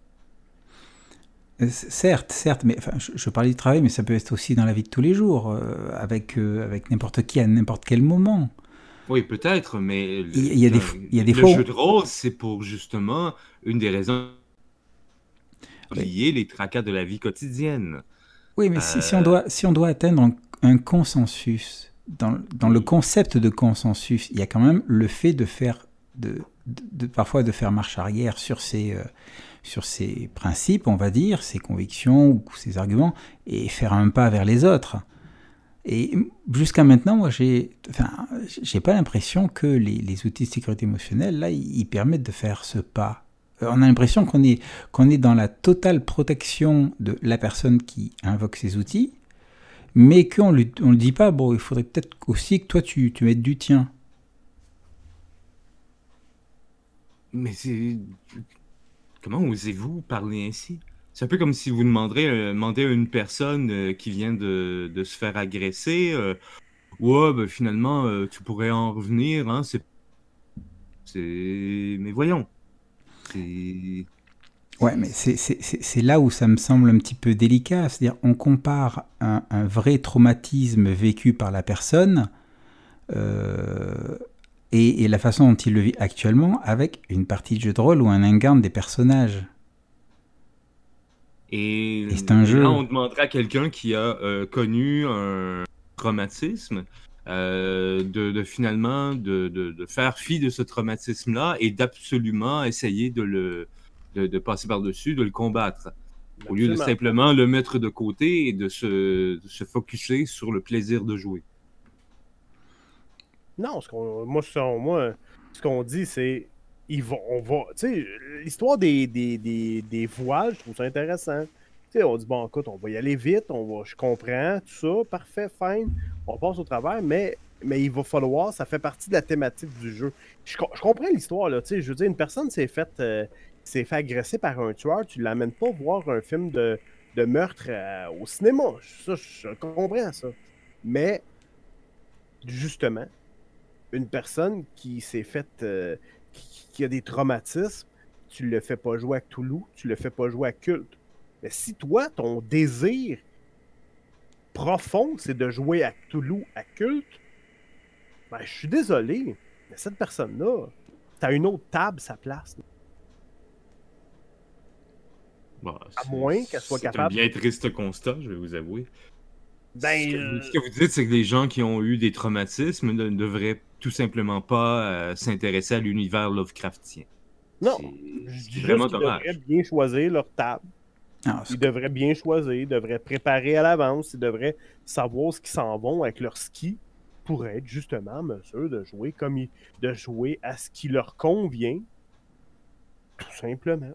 certes, certes, mais enfin, je, je parlais du travail, mais ça peut être aussi dans la vie de tous les jours, euh, avec, euh, avec n'importe qui à n'importe quel moment. Oui, peut-être, mais Il le, y, a des, il y a des le fois jeu où, de rôle, c'est pour justement une des raisons oui, liées les tracas de la vie quotidienne. oui, mais si, si, on Euh, doit, si on doit atteindre un, un consensus, dans, dans le oui. concept de consensus, il y a quand même le fait de faire, de, de, de parfois de faire marche arrière sur ces, euh, sur ses principes, on va dire, ses convictions ou ses arguments, et faire un pas vers les autres. Et jusqu'à maintenant, moi, j'ai, enfin, j'ai pas l'impression que les, les outils de sécurité émotionnelle, là, ils permettent de faire ce pas. On a l'impression qu'on est, qu'on est dans la totale protection de la personne qui invoque ces outils, mais qu'on ne on lui dit pas, bon, il faudrait peut-être aussi que toi, tu, tu mettes du tien. Mais c'est... Comment osez-vous parler ainsi? C'est un peu comme si vous demanderez, euh, demandez à une personne euh, qui vient de, de se faire agresser, euh, ouais, ben, finalement, euh, tu pourrais en revenir, hein, c'est... c'est... Mais voyons, c'est... Ouais, mais c'est, c'est, c'est, c'est là où ça me semble un petit peu délicat. C'est-à-dire, on compare un, un vrai traumatisme vécu par la personne euh, et, et la façon dont il le vit actuellement avec une partie de jeu de rôle où on incarne des personnages. Et, Et c'est un et là, jeu. on demanderait à quelqu'un qui a euh, connu un traumatisme euh, de, de finalement de, de, de faire fi de ce traumatisme-là et d'absolument essayer de le de, de passer par-dessus, de le combattre, au lieu de Absolument. simplement le mettre de côté et de se, de se focusser sur le plaisir de jouer. Non, ce qu'on, moi, selon moi, ce qu'on dit, c'est ils vont, on va, tu sais, l'histoire des, des, des, des voiles, je trouve ça intéressant. Tu sais, on dit, bon, écoute, on va y aller vite, on va, je comprends, tout ça, parfait, fine, on passe au travers, mais, mais il va falloir, ça fait partie de la thématique du jeu. Je, co- je comprends l'histoire, là, tu sais, je veux dire, une personne s'est faite euh, s'est fait agresser par un tueur, tu l'amènes pas voir un film de, de meurtre euh, au cinéma. Ça, je comprends ça. Mais, justement, une personne qui s'est faite, euh, qui, qui a des traumatismes, tu le fais pas jouer à Cthulhu, tu le fais pas jouer à Culte. Mais si toi, ton désir profond, c'est de jouer à Cthulhu, à Culte, ben, je suis désolé, mais cette personne-là, t'as une autre table, sa place. Bon, À c'est moins qu'elle soit c'est un capable. bien triste constat, je vais vous avouer. Ben, Ce que, euh, ce que vous dites, c'est que les gens qui ont eu des traumatismes ne, ne devraient tout simplement pas euh, s'intéresser à l'univers Lovecraftien. non. C'est Je c'est dis vraiment juste qu'ils devraient dommage. bien choisir leur table. Alors, ce Ils que- devraient bien choisir, ils devraient préparer à l'avance, ils devraient savoir ce qu'ils s'en vont avec leur ski pour être justement en mesure de jouer comme ils, de jouer à ce qui leur convient, tout simplement.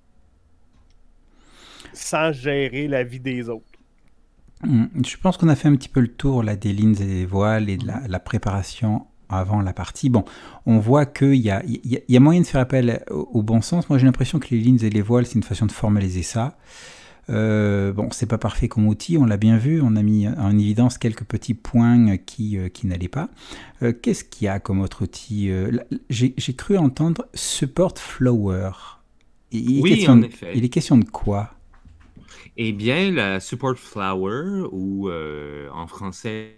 Sans gérer la vie des autres. Hmm, Je pense qu'on a fait un petit peu le tour là, des lignes et des voiles et de la, la préparation avant la partie. Bon, on voit qu'il y a, il y, a, il y a moyen de faire appel au, au bon sens. Moi, j'ai l'impression que les lignes et les voiles, c'est une façon de formaliser ça. Euh, bon, c'est pas parfait comme outil, on l'a bien vu. On a mis en évidence quelques petits points qui, euh, qui n'allaient pas. Euh, Qu'est-ce qu'il y a comme autre outil euh, là, J'ai j'ai cru entendre Support Flower. Il est, Oui, question en de, effet. il est question de quoi? Eh bien, la Support Flower, ou euh, en français,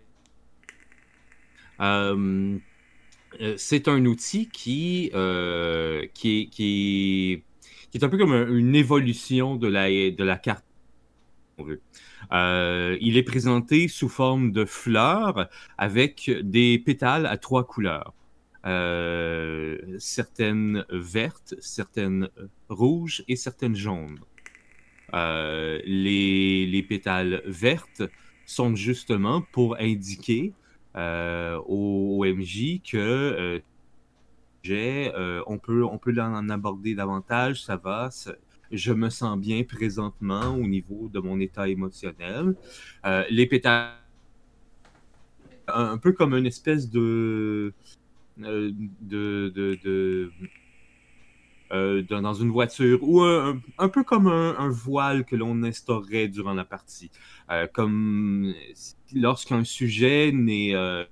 euh, euh, c'est un outil qui, euh, qui, est, qui, est, qui est un peu comme un- une évolution de la, de la carte. On veut. Euh, il est présenté sous forme de fleurs avec des pétales à trois couleurs. Euh, certaines vertes, certaines rouges et certaines jaunes. Euh, les, les pétales vertes sont justement pour indiquer euh, au, au M J que euh, j'ai, euh, on peut, on peut en aborder davantage, ça va, ça- je me sens bien présentement au niveau de mon état émotionnel. Euh, les pétales, un, un peu comme une espèce de, euh, de, de, de euh, dans, dans une voiture ou un, un peu comme un, un voile que l'on instaurerait durant la partie. Euh, comme lorsqu'un sujet n'est, euh,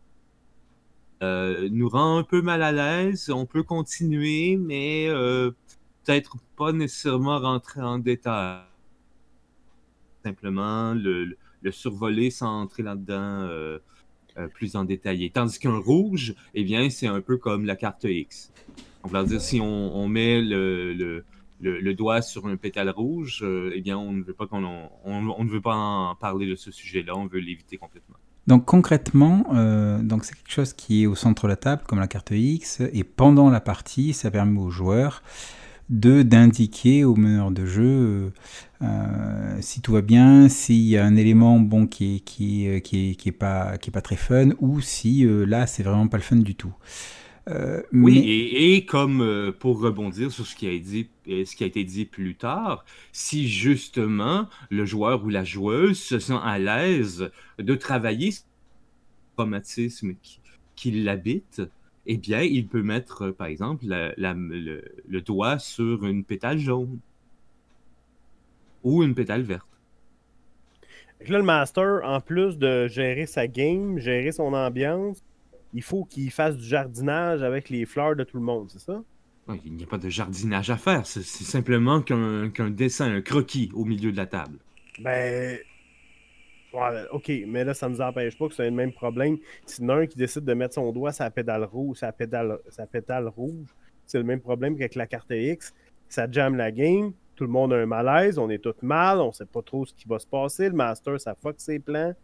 euh, nous rend un peu mal à l'aise, on peut continuer, mais euh, peut-être pas nécessairement rentrer en détail. Simplement le, le survoler sans entrer là-dedans euh, euh, plus en détaillé. Tandis qu'un rouge, eh bien, c'est un peu comme la carte X. On va dire, si on, on met le, le, le, le doigt sur un pétale rouge, euh, eh bien, on ne veut pas qu'on on, on ne veut pas en parler de ce sujet-là, on veut l'éviter complètement. Donc concrètement, euh, donc c'est quelque chose qui est au centre de la table, comme la carte X, et pendant la partie, ça permet aux joueurs de d'indiquer au meneur de jeu euh, si tout va bien, s'il y a un élément bon qui est qui est, qui est, qui est pas qui est pas très fun, ou si euh, là c'est vraiment pas le fun du tout. Euh, Oui, mais et, et comme euh, pour rebondir sur ce qui a dit, euh, ce qui a été dit plus tard, si justement le joueur ou la joueuse se sent à l'aise de travailler ce traumatisme qui, qui l'habite, eh bien, il peut mettre, euh, par exemple, la- la- le, le doigt sur une pétale jaune ou une pétale verte. Fait que là, le master, en plus de gérer sa game, gérer son ambiance, il faut qu'il fasse du jardinage avec les fleurs de tout le monde, c'est ça? Ouais, il n'y a pas de jardinage à faire, c'est c'est simplement qu'un qu'un dessin, un croquis au milieu de la table. Ben, ouais, ok, mais là, ça ne nous empêche pas que c'est le même problème. Si y en a un qui décide de mettre son doigt sur la pédale rouge, sa pédale, sa pédale rouge, c'est le même problème qu'avec la carte X. Ça jamme la game, tout le monde a un malaise, on est tous mal, on sait pas trop ce qui va se passer, le master, ça fuck ses plans.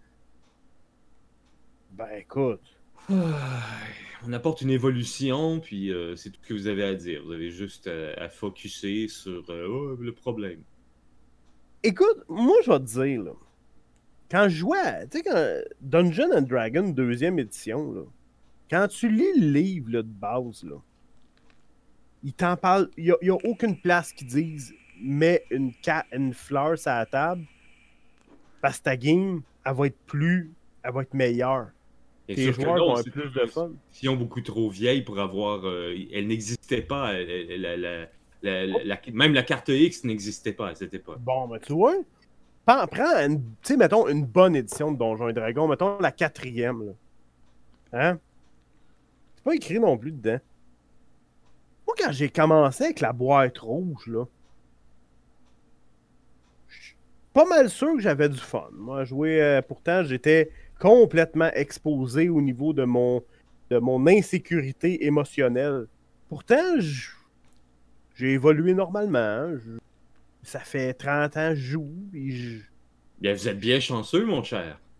Ben écoute, Ah, on apporte une évolution, puis euh, c'est tout ce que vous avez à dire. Vous avez juste à, à focusser sur euh, oh, le problème. écoute, moi je vais te dire, là, quand je jouais à, tu sais, quand Dungeon and Dragon deuxième édition, là, quand tu lis le livre là, de base, là, il t'en parle, il n'y a, a aucune place qui dise mets une, ca- une fleur sur la table parce que ta game, elle va être plus, elle va être meilleure. Bien Tes sûr que joueurs non, vont avoir c'est plus une de fun. version beaucoup trop vieille pour avoir. euh, elle n'existait pas. elle- la- la- la- la- la- même la carte X n'existait pas à cette époque. Bon, ben tu vois, prends, prends une, tu sais, mettons une bonne édition de Donjons et Dragons, mettons la quatrième, là. Hein? C'est pas écrit non plus dedans. Moi, quand j'ai commencé avec la boîte rouge, là, je suis pas mal sûr que j'avais du fun. Moi, jouer, euh, pourtant, j'étais complètement exposé au niveau de mon, de mon insécurité émotionnelle. Pourtant, je- j'ai évolué normalement. hein. Je- ça fait trente ans que je joue. Puis je- Bien, vous êtes bien chanceux, mon cher.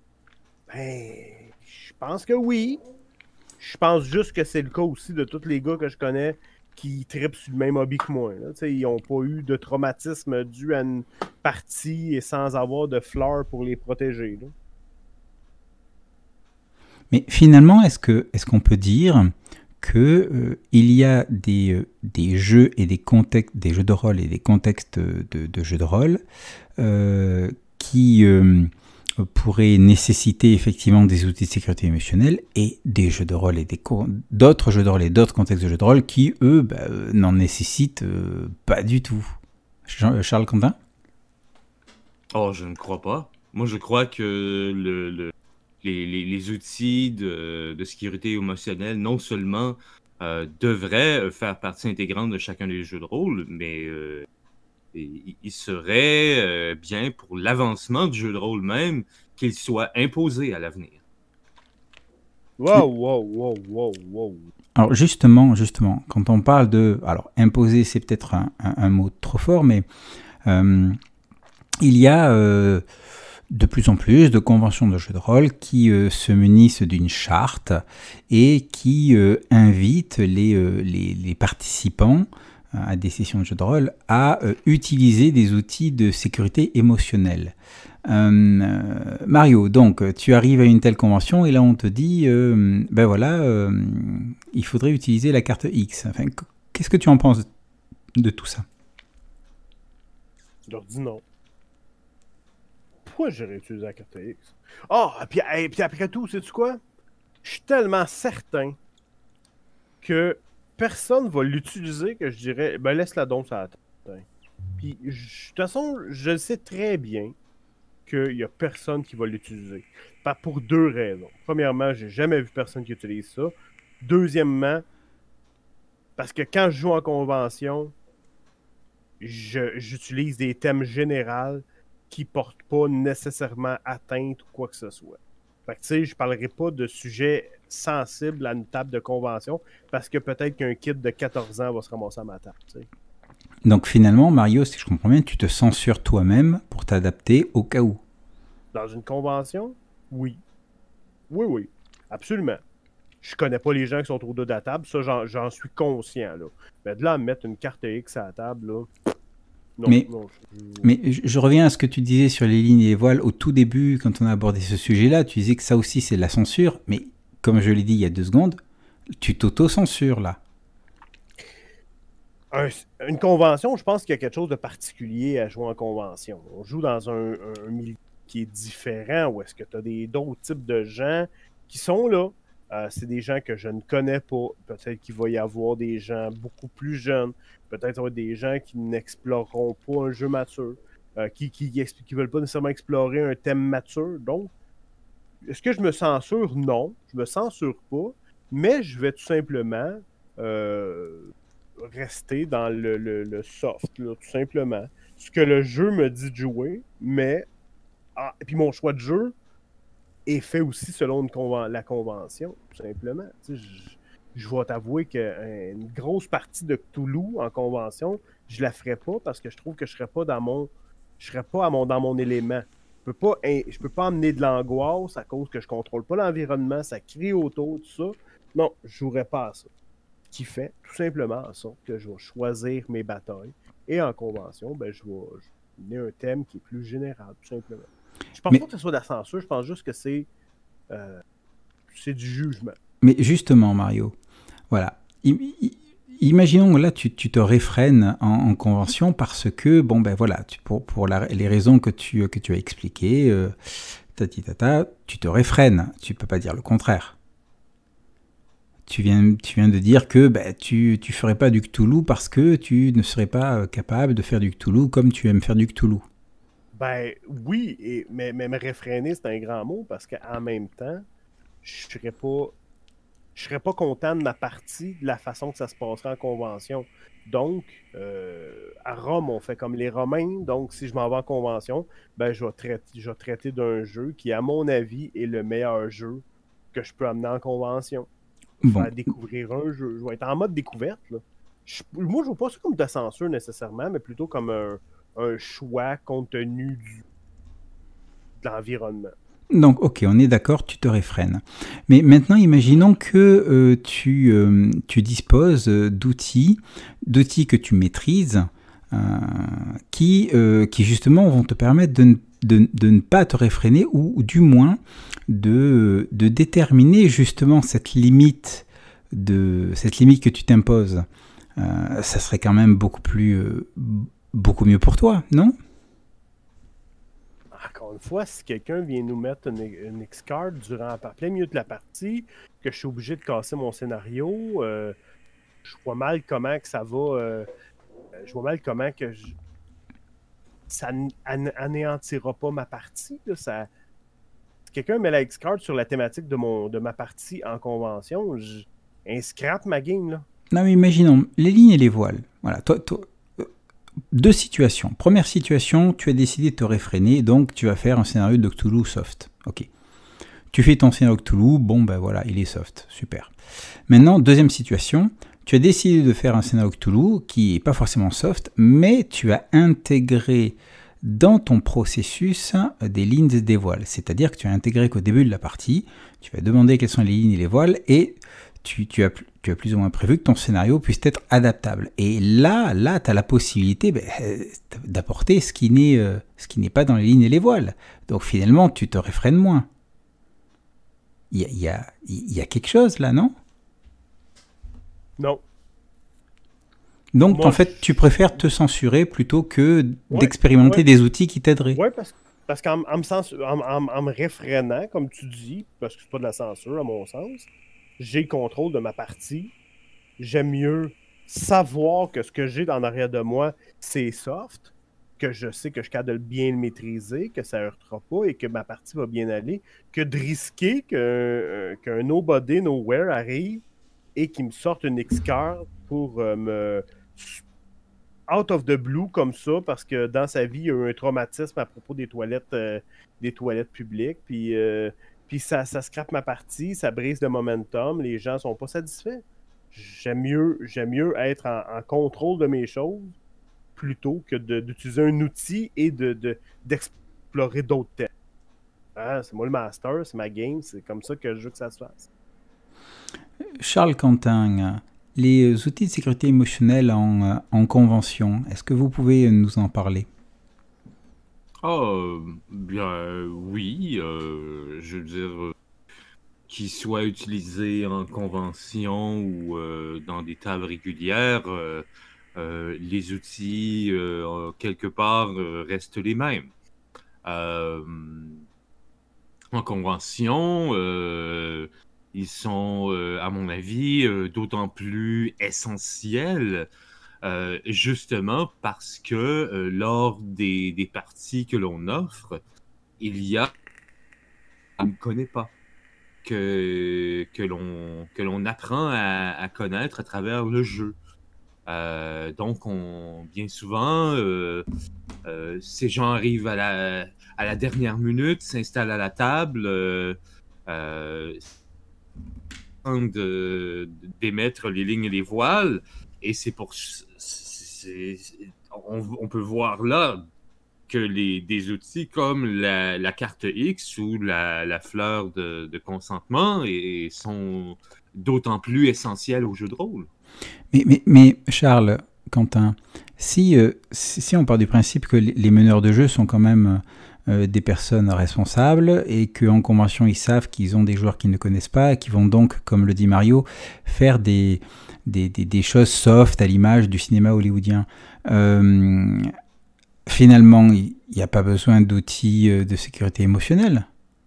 Ben, je pense que oui. Je pense juste que c'est le cas aussi de tous les gars que je connais qui trippent sur le même hobby que moi. Là. Ils n'ont pas eu de traumatisme dû à une partie et sans avoir de fleurs pour les protéger. Là. Mais finalement, est-ce que est-ce qu'on peut dire que euh, il y a des, euh, des jeux et des contextes, des jeux de rôle et des contextes de, de jeux de rôle euh, qui euh, pourraient nécessiter effectivement des outils de sécurité émotionnelle et des jeux de rôle et des co- d'autres jeux de rôle et d'autres contextes de jeux de rôle qui eux bah, euh, n'en nécessitent euh, pas du tout. Jean- Charles Quentin? Oh, je ne crois pas. Moi, je crois que le, le- les, les- les outils de, de sécurité émotionnelle, non seulement euh, devraient faire partie intégrante de chacun des jeux de rôle, mais euh, il, il serait euh, bien pour l'avancement du jeu de rôle même qu'il soit imposé à l'avenir. Wow, wow, wow, wow, wow. Alors justement, justement, quand on parle de... Alors imposer, c'est peut-être un, un- un mot trop fort, mais euh, il y a euh, de plus en plus de conventions de jeux de rôle qui euh, se munissent d'une charte et qui euh, invitent les, euh, les, les participants euh, à des sessions de jeux de rôle à euh, utiliser des outils de sécurité émotionnelle. Euh, Mario, donc tu arrives à une telle convention et là on te dit, euh, ben voilà, euh, il faudrait utiliser la carte X. Enfin, qu'est-ce que tu en penses de tout ça? Je leur dis non. Pourquoi j'aurais utilisé la carte X? Ah, oh, puis, hey, puis après tout, sais-tu quoi? Je suis tellement certain que personne va l'utiliser que je dirais, ben laisse-la donc sur la tête. Puis, de toute façon, je le sais très bien qu'il n'y a personne qui va l'utiliser. Pas pour deux raisons. Premièrement, j'ai jamais vu personne qui utilise ça. Deuxièmement, parce que quand je joue en convention, je, j'utilise des thèmes généraux qui portent pas nécessairement atteinte ou quoi que ce soit. Fait que tu sais, je parlerai pas de sujets sensibles à une table de convention parce que peut-être qu'un kid de quatorze ans va se ramasser à ma table, tu sais. Donc finalement, Mario, si je comprends bien, tu te censures toi-même pour t'adapter au cas où. Dans une convention? Oui. Oui, oui. Absolument. Je connais pas les gens qui sont autour de la table, ça j'en, j'en suis conscient, là. Mais de là à mettre une carte X à la table, là... Non, mais, non, je... mais je, je reviens à ce que tu disais sur les lignes et les voiles au tout début, quand on a abordé ce sujet-là, tu disais que ça aussi c'est de la censure, mais comme je l'ai dit il y a deux secondes, tu t'auto-censures là. Un, une convention, je pense qu'il y a quelque chose de particulier à jouer en convention. On joue dans un, un, un milieu qui est différent, où est-ce que tu as des, d'autres types de gens qui sont là. Euh, c'est des gens que je ne connais pas. Peut-être qu'il va y avoir des gens beaucoup plus jeunes. Peut-être qu'il va y avoir des gens qui n'exploreront pas un jeu mature, euh, qui qui, qui, qui veulent pas nécessairement explorer un thème mature. Donc, est-ce que je me censure? Non, je me censure pas, mais je vais tout simplement euh, rester dans le, le, le soft, là, tout simplement. Ce que le jeu me dit de jouer, mais... Ah, et puis mon choix de jeu est fait aussi selon une conven- la convention, tout simplement. Tu sais, je, je vais t'avouer qu'une grosse partie de Cthulhu en convention, je la ferais pas parce que je trouve que je serais pas dans mon... Je serais pas à mon, dans mon élément. Je peux pas, je peux pas emmener de l'angoisse à cause que je contrôle pas l'environnement, ça crie autour, tout ça. Non, je jouerais pas à ça. Ce qui fait tout simplement en sorte que je vais choisir mes batailles. Et en convention, ben, je vais donner un thème qui est plus général, tout simplement. Je pense mais, pas que ce soit de la censure, je pense juste que c'est euh, c'est du jugement. Mais justement, Mario, voilà. I, I, imaginons là, tu, tu te réfrènes en, en convention parce que, bon, ben voilà, tu, pour, pour la, les raisons que tu, que tu as expliquées, euh, tati tata, tu te réfrènes. Tu peux pas dire le contraire. Tu viens, tu viens de dire que ben, tu ne ferais pas du Cthulhu parce que tu ne serais pas capable de faire du Cthulhu comme tu aimes faire du Cthulhu. Ben oui, et, mais, mais me réfréner, c'est un grand mot parce qu'en même temps, je serais pas je serais pas content de ma partie de la façon que ça se passerait en convention. Donc, euh, à Rome, on fait comme les Romains. Donc, si je m'en vais en convention, ben, je vais traiter, je vais traiter d'un jeu qui, à mon avis, est le meilleur jeu que je peux amener en convention. Bon. Faire découvrir un jeu. Je vais être en mode découverte. Là. Je, moi, je vois pas ça comme de la censure nécessairement, mais plutôt comme un, un choix compte tenu du, de l'environnement. Donc, ok, on est d'accord, tu te réfrènes. Mais maintenant, imaginons que euh, tu, euh, tu disposes d'outils, d'outils que tu maîtrises, euh, qui, euh, qui justement vont te permettre de, de, de ne pas te réfréner, ou, ou du moins de, de déterminer justement cette limite, de, cette limite que tu t'imposes. Euh, ça serait quand même beaucoup plus, euh, beaucoup mieux pour toi, non ? Encore une fois, si quelqu'un vient nous mettre une, une X-card durant par plein milieu de la partie, que je suis obligé de casser mon scénario, euh, je vois mal comment que ça va. Euh, je vois mal comment que je, ça anéantira pas ma partie. Là, ça, si quelqu'un met la X-card sur la thématique de, mon, de ma partie en convention, je, un scrap ma game. Là. Non, mais imaginons les lignes et les voiles. Voilà, toi, toi, deux situations. Première situation, tu as décidé de te réfréner, donc tu vas faire un scénario de Cthulhu soft. Ok. Tu fais ton scénario Cthulhu, bon ben voilà, il est soft, super. Maintenant, deuxième situation, tu as décidé de faire un scénario Cthulhu qui n'est pas forcément soft, mais tu as intégré dans ton processus des lignes et des voiles. C'est-à-dire que tu as intégré qu'au début de la partie, tu vas demander quelles sont les lignes et les voiles, et tu, tu, as, tu as plus ou moins prévu que ton scénario puisse être adaptable. Et là, là tu as la possibilité ben, d'apporter ce qui n'est euh, ce qui n'est pas dans les lignes et les voiles. Donc finalement, tu te réfrènes moins. Il y a, il y a, il y a quelque chose là, non ? Non. Donc, Moi, en fait, je... tu préfères te censurer plutôt que ouais, d'expérimenter ouais. des outils qui t'aideraient. Oui, parce, parce qu'en en me, censure, en, en, en me réfrénant, comme tu dis, parce que c'est pas de la censure à mon sens, j'ai le contrôle de ma partie. J'aime mieux savoir que ce que j'ai en arrière de moi, c'est soft, que je sais que je suis capable de bien le maîtriser, que ça ne heurtera pas et que ma partie va bien aller, que de risquer qu'un, qu'un nobody, nowhere arrive et qu'il me sorte une X-card pour euh, me... out of the blue comme ça, parce que dans sa vie, il y a eu un traumatisme à propos des toilettes, euh, des toilettes publiques, puis, euh, puis ça, ça scrape ma partie, ça brise le momentum, les gens sont pas satisfaits. J'aime mieux, j'aime mieux être en, en contrôle de mes choses plutôt que de, d'utiliser un outil et de, de, d'explorer d'autres thèmes. Hein, c'est moi le master, c'est ma game, c'est comme ça que je veux que ça se fasse. Charles Quentin, les outils de sécurité émotionnelle en, en convention, est-ce que vous pouvez nous en parler ? Oh, bien oui, euh, je veux dire, euh, qu'ils soient utilisés en convention ou euh, dans des tables régulières, euh, euh, les outils, euh, quelque part, euh, restent les mêmes. Euh, en convention, euh, ils sont, euh, à mon avis, euh, d'autant plus essentiels, euh, justement parce que euh, lors des, des parties que l'on offre, il y a... On ne connaît pas. Que, que l'on que l'on apprend à, à connaître à travers le jeu. Euh, donc, on, bien souvent, euh, euh, ces gens arrivent à la, à la dernière minute, s'installent à la table, euh, euh, de, d'émettre les lignes et les voiles, et c'est pour... C'est, on, on peut voir là que les, des outils comme la, la carte X ou la, la fleur de, de consentement et, et sont d'autant plus essentiels au jeu de rôle. Mais, mais, mais Charles, Quentin, si, euh, si, si on part du principe que les meneurs de jeu sont quand même euh, des personnes responsables et qu'en convention ils savent qu'ils ont des joueurs qu'ils ne connaissent pas et qui vont donc, comme le dit Mario, faire des, des, des, des choses soft à l'image du cinéma hollywoodien, euh, finalement, il n'y a pas besoin d'outils de sécurité émotionnelle.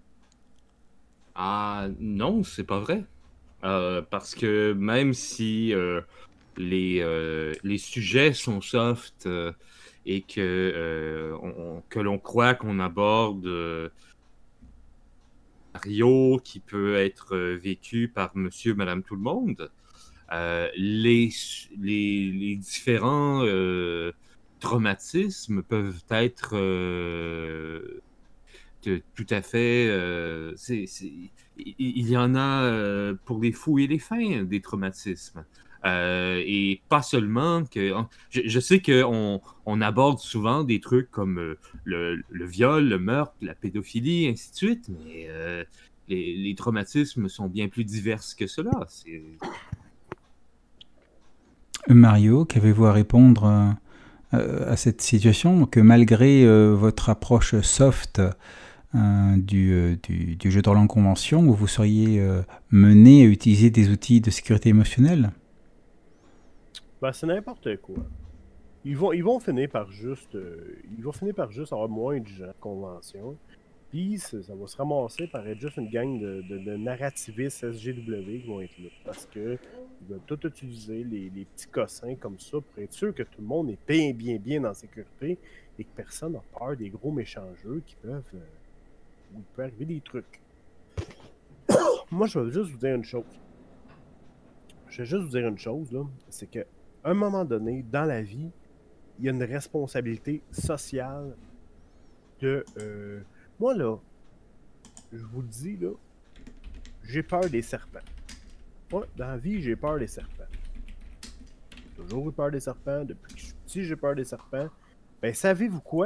Ah non, c'est pas vrai. Euh, parce que même si euh, les, euh, les sujets sont soft euh, et que, euh, on, que l'on croit qu'on aborde euh, un scénario qui peut être vécu par monsieur, madame, tout le monde, euh, les, les, les différents... Euh, traumatismes peuvent être euh, de, tout à fait... Euh, c'est, c'est, il, il y en a euh, pour les fous et les fins, des traumatismes. Euh, et pas seulement que... Je, je sais qu'on on aborde souvent des trucs comme euh, le, le viol, le meurtre, la pédophilie, ainsi de suite, mais euh, les, les traumatismes sont bien plus divers que cela. C'est... Mario, qu'avez-vous à répondre euh, à cette situation? Que malgré euh, votre approche soft euh, du, euh, du, du jeu de rôle en convention, où vous seriez euh, mené à utiliser des outils de sécurité émotionnelle? Ben, c'est n'importe quoi. Ils vont, ils vont finir par juste... Euh, ils vont finir par juste avoir moins de gens de convention. Puis ça, ça va se ramasser par être juste une gang de, de, de narrativistes S G W qui vont être là. Parce que ils veulent tout utiliser les, les petits cossins comme ça pour être sûr que tout le monde est bien, bien, bien en sécurité et que personne n'a peur des gros méchants jeux qui peuvent... Euh, où il peut arriver des trucs. Moi, je vais juste vous dire une chose. Je vais juste vous dire une chose, là. C'est qu'à un moment donné, dans la vie, il y a une responsabilité sociale de... Euh, moi, là, je vous le dis, là, j'ai peur des serpents. Moi, dans la vie, j'ai peur des serpents. J'ai toujours eu peur des serpents. Depuis que je suis petit, j'ai peur des serpents. Ben, savez-vous quoi?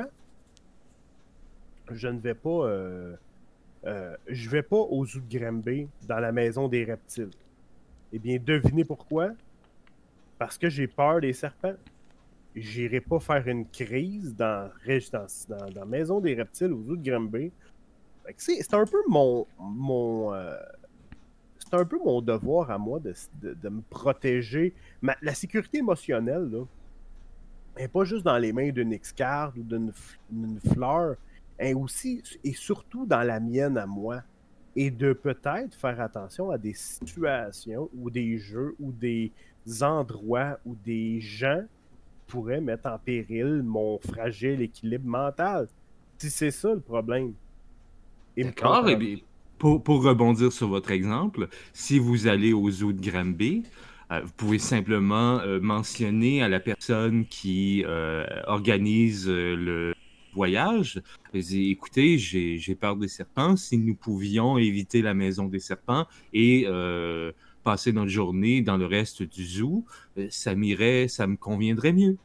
Je ne vais pas... Euh, euh, je vais pas au zoo de Granby, dans la maison des reptiles. Eh bien, devinez pourquoi? Parce que j'ai peur des serpents. J'irai pas faire une crise dans, dans, dans, dans la maison des reptiles au zoo de Granby. C'est un peu mon... mon euh, c'est un peu mon devoir à moi de, de, de me protéger. Ma, la sécurité émotionnelle, là, n'est pas juste dans les mains d'une X-Card ou d'une fleur, elle aussi et surtout dans la mienne à moi. Et de peut-être faire attention à des situations ou des jeux ou des endroits ou des gens qui pourraient mettre en péril mon fragile équilibre mental. Si c'est ça le problème. D'accord, et bien, pour, pour rebondir sur votre exemple, si vous allez au zoo de Granby, euh, vous pouvez simplement euh, mentionner à la personne qui euh, organise euh, le voyage, et, écoutez, j'ai, j'ai peur des serpents, si nous pouvions éviter la maison des serpents et euh, passer notre journée dans le reste du zoo, euh, ça m'irait, ça me conviendrait mieux.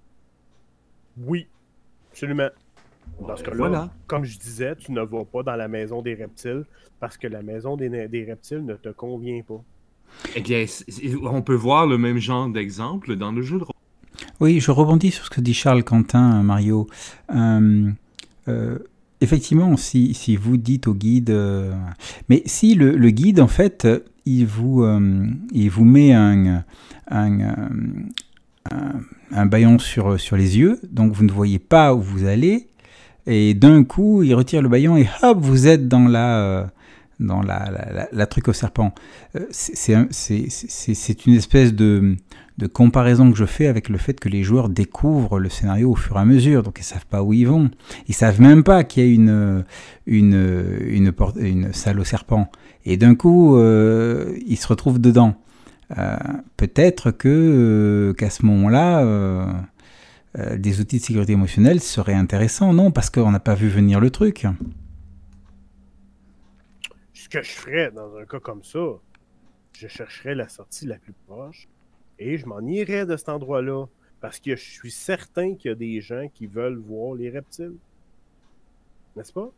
Oui, absolument. Dans ce cas-là, Voilà. comme je disais, tu ne vas pas dans la maison des reptiles parce que la maison des, des reptiles ne te convient pas. Eh bien, on peut voir le même genre d'exemple dans le jeu de rôle. Oui, je rebondis sur ce que dit Charles Quentin, Mario. Euh, euh, effectivement, si, si vous dites au guide... Euh, mais si le, le guide, en fait, il vous, euh, il vous met un... un, un, un bâillon sur, sur les yeux, donc vous ne voyez pas où vous allez, et d'un coup, il retire le bâillon et hop, vous êtes dans la, euh, dans la, la, la, la truc au serpent. Euh, c'est, c'est, c'est, c'est une espèce de, de comparaison que je fais avec le fait que les joueurs découvrent le scénario au fur et à mesure, donc ils ne savent pas où ils vont. Ils ne savent même pas qu'il y a une, une, une, porte, une salle au serpent. Et d'un coup, euh, ils se retrouvent dedans. Euh, peut-être que, euh, qu'à ce moment-là... Euh, Euh, des outils de sécurité émotionnelle seraient intéressants, non? Parce qu'on n'a pas vu venir le truc. Ce que je ferais dans un cas comme ça, je chercherais la sortie la plus proche et je m'en irais de cet endroit-là. Parce que je suis certain qu'il y a des gens qui veulent voir les reptiles. N'est-ce pas?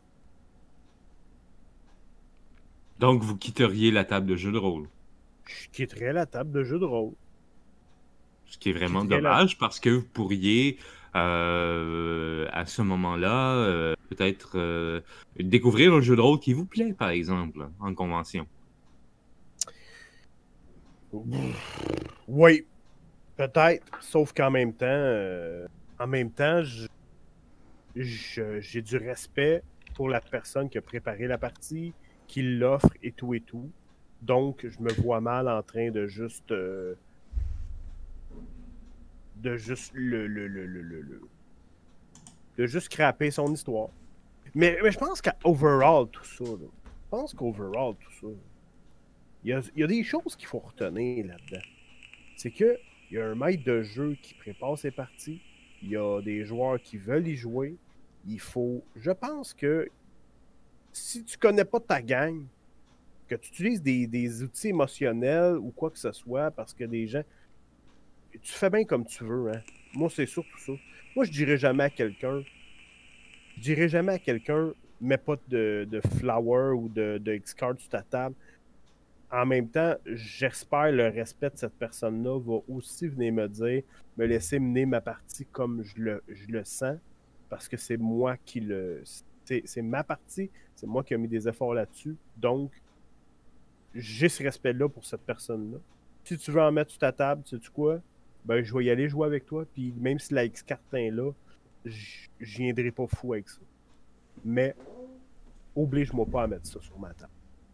Donc, vous quitteriez la table de jeu de rôle. Je quitterais la table de jeu de rôle. Ce qui est vraiment dommage la... parce que vous pourriez, euh, à ce moment-là, euh, peut-être euh, découvrir un jeu de rôle qui vous plaît, par exemple, en convention. Oui, peut-être. Sauf qu'en même temps, euh, en même temps, je, je, j'ai du respect pour la personne qui a préparé la partie, qui l'offre et tout et tout. Donc, je me vois mal en train de juste... Euh, de juste le, le, le, le, le, le de juste scraper son histoire. Mais, mais je pense qu'overall tout ça, là, je pense qu'overall tout ça, il y a, y a des choses qu'il faut retenir là-dedans. C'est que il y a un maître de jeu qui prépare ses parties, il y a des joueurs qui veulent y jouer. Il faut, je pense que si tu connais pas ta gang, que tu utilises des, des outils émotionnels ou quoi que ce soit, parce que des gens tu fais bien comme tu veux, hein. Moi, c'est surtout ça. Moi, je dirais jamais à quelqu'un, je dirais jamais à quelqu'un, mets pas de, de flower ou de, de X-card sur ta table. En même temps, j'espère le respect de cette personne-là va aussi venir me dire, me laisser mener ma partie comme je le, je le sens, parce que c'est moi qui le... C'est ma partie, c'est moi qui ai mis des efforts là-dessus, donc j'ai ce respect-là pour cette personne-là. Si tu veux en mettre sur ta table, tu sais quoi? Ben, je vais y aller jouer avec toi, puis même si la X-carte est là, je viendrai pas fou avec ça. Mais, oblige-moi pas à mettre ça sur ma table.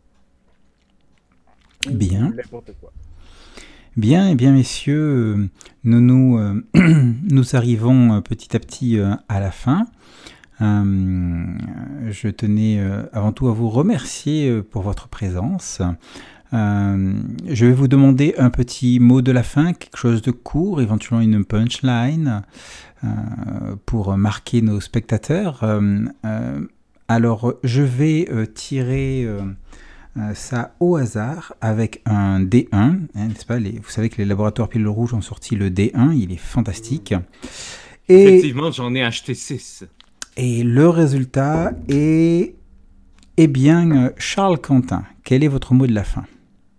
Bien. N'importe quoi. Bien, et eh bien messieurs, nous, nous, euh, nous arrivons petit à petit euh, à la fin. Euh, je tenais euh, avant tout à vous remercier euh, pour votre présence. Euh, je vais vous demander un petit mot de la fin, quelque chose de court, éventuellement une punchline euh, pour marquer nos spectateurs. Euh, euh, alors, je vais euh, tirer... Euh, Euh, ça au hasard avec un D un, hein, n'est-ce pas, les, vous savez que les laboratoires Pile Rouge ont sorti le D un, il est fantastique. Et, effectivement, j'en ai acheté six. Et le résultat est, eh bien, Charles Quentin, quel est votre mot de la fin?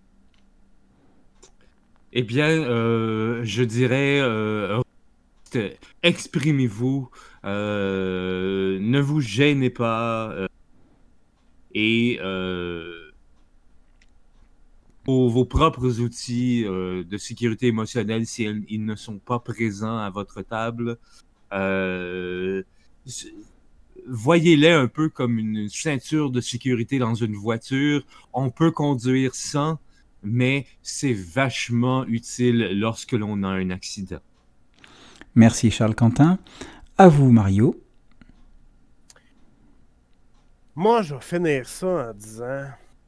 Eh bien, euh, je dirais, euh, exprimez-vous, euh, ne vous gênez pas, euh, et euh, Vos, vos propres outils euh, de sécurité émotionnelle, si elles, ils ne sont pas présents à votre table, euh, voyez-les un peu comme une ceinture de sécurité dans une voiture. On peut conduire sans, mais c'est vachement utile lorsque l'on a un accident. Merci Charles Quentin. À vous Mario. Moi, je vais finir ça en disant...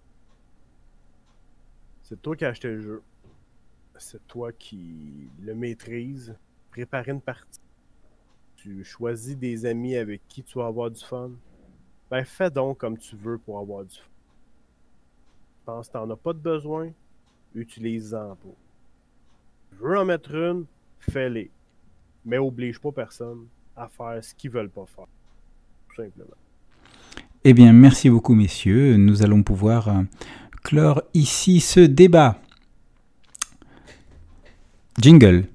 C'est toi qui as acheté le jeu. C'est toi qui le maîtrise. Prépare une partie. Tu choisis des amis avec qui tu vas avoir du fun. Ben, fais donc comme tu veux pour avoir du fun. Je pense que tu n'en as pas de besoin. Utilise-en pas. Tu veux en mettre une, fais-les. Mais oblige pas personne à faire ce qu'ils veulent pas faire. Tout simplement. Eh bien, merci beaucoup, messieurs. Nous allons pouvoir... Euh, clore ici ce débat. Jingle.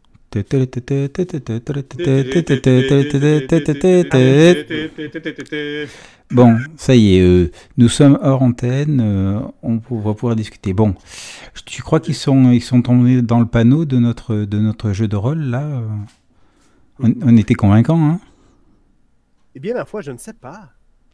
Bon, ça y est, euh, nous sommes hors antenne, euh, on va pouvoir discuter. Bon, tu crois qu'ils sont, ils sont tombés dans le panneau de notre, de notre jeu de rôle, là? on, on était convaincants, hein? Eh bien, ma foi, je ne sais pas.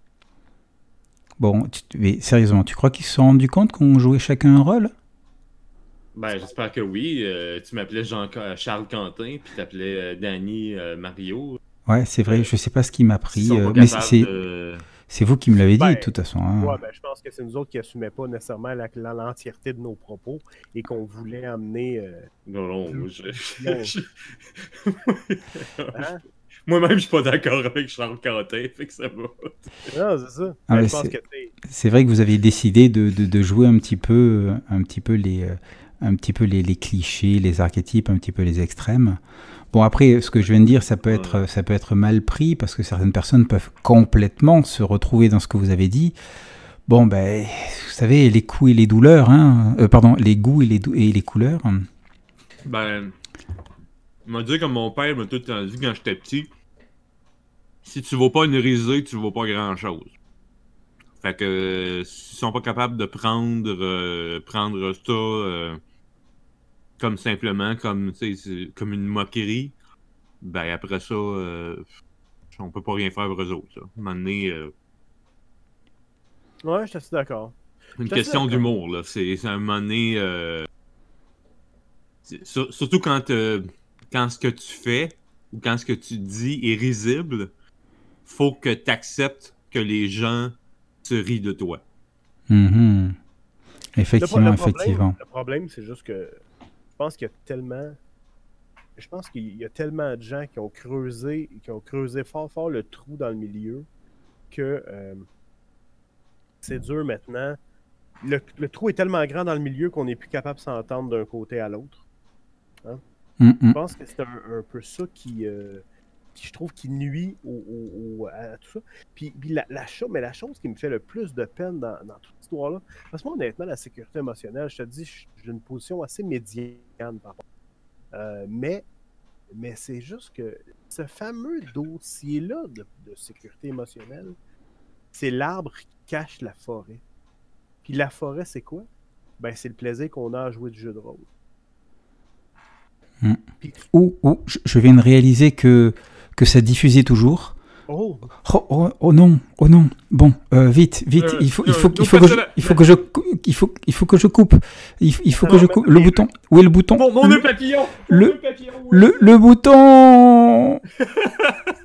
Bon, tu, mais sérieusement, tu crois qu'ils se sont rendus compte qu'on jouait chacun un rôle? Ben, j'espère que oui. Euh, tu m'appelais Jean Charles Quentin, puis t'appelais euh, Danny euh, Mario. Ouais, c'est vrai, je sais pas ce qui m'a pris. Euh, mais c'est de... vous qui me l'avez ben, dit, de toute façon. Hein. Ouais, ben, je pense que c'est nous autres qui n'assumaient pas nécessairement l'entièreté de nos propos et qu'on voulait amener... Euh, non, non, moi, je... je... hein? Moi-même, je suis pas d'accord avec Charles Quentin, fait que ça va. Non, c'est ça. Ah, ben, c'est vrai que vous aviez décidé de, de, de jouer un petit peu, un petit peu, les, un petit peu les, les clichés, les archétypes, un petit peu les extrêmes. Bon, après, ce que je viens de dire, ça peut être, ça peut être mal pris parce que certaines personnes peuvent complètement se retrouver dans ce que vous avez dit. Bon, ben, vous savez, les coups et les douleurs, hein, euh, pardon, les goûts et les, et les couleurs. Ben... Il m'a dit comme mon père m'a tout le temps dit quand j'étais petit, si tu vaux pas une risée, tu vaux pas grand chose. Fait que euh, s'ils sont pas capables de prendre euh, prendre ça euh, comme simplement comme comme une moquerie, ben après ça euh, on peut pas rien faire pour eux autres. Là. À un moment donné, euh, ouais, je suis assez d'accord. Une question d'humour là, c'est à un moment donné euh, sur, surtout quand euh, quand ce que tu fais ou quand ce que tu dis est risible, faut que tu acceptes que les gens se rient de toi. Mmh. Effectivement, le, le effectivement. Problème, le problème, c'est juste que je pense qu'il y a tellement... Je pense qu'il y a tellement de gens qui ont creusé, qui ont creusé fort fort le trou dans le milieu que euh, c'est dur maintenant. Le, le trou est tellement grand dans le milieu qu'on n'est plus capable de s'entendre d'un côté à l'autre. Hein? Mm, mm. Je pense que c'est un, un peu ça qui, euh, qui, je trouve, qui nuit au, au- au- à tout ça. Puis, puis la, la, chose, mais la chose qui me fait le plus de peine dans, dans toute cette histoire-là, parce que moi, honnêtement, la sécurité émotionnelle, je te dis, j'ai une position assez médiane par rapport. Euh, mais, mais c'est juste que ce fameux dossier-là de, de sécurité émotionnelle, c'est l'arbre qui cache la forêt. Puis la forêt, c'est quoi? Ben, c'est le plaisir qu'on a à jouer du jeu de rôle. Mm. Ou, ou je, je viens de réaliser que, que ça diffusait toujours. Oh! Oh, oh, oh non, oh non. Bon, euh, vite, vite. Euh, il faut, euh, il faut, nous il faut que je, passons la- il faut que je, il faut, il faut que je coupe. Il, il faut que Alors, je coupe. mais- Le bouton. Où est le bouton? Mon, mon le, nœud papillon! Mon le- nœud papillon! le, le bouton.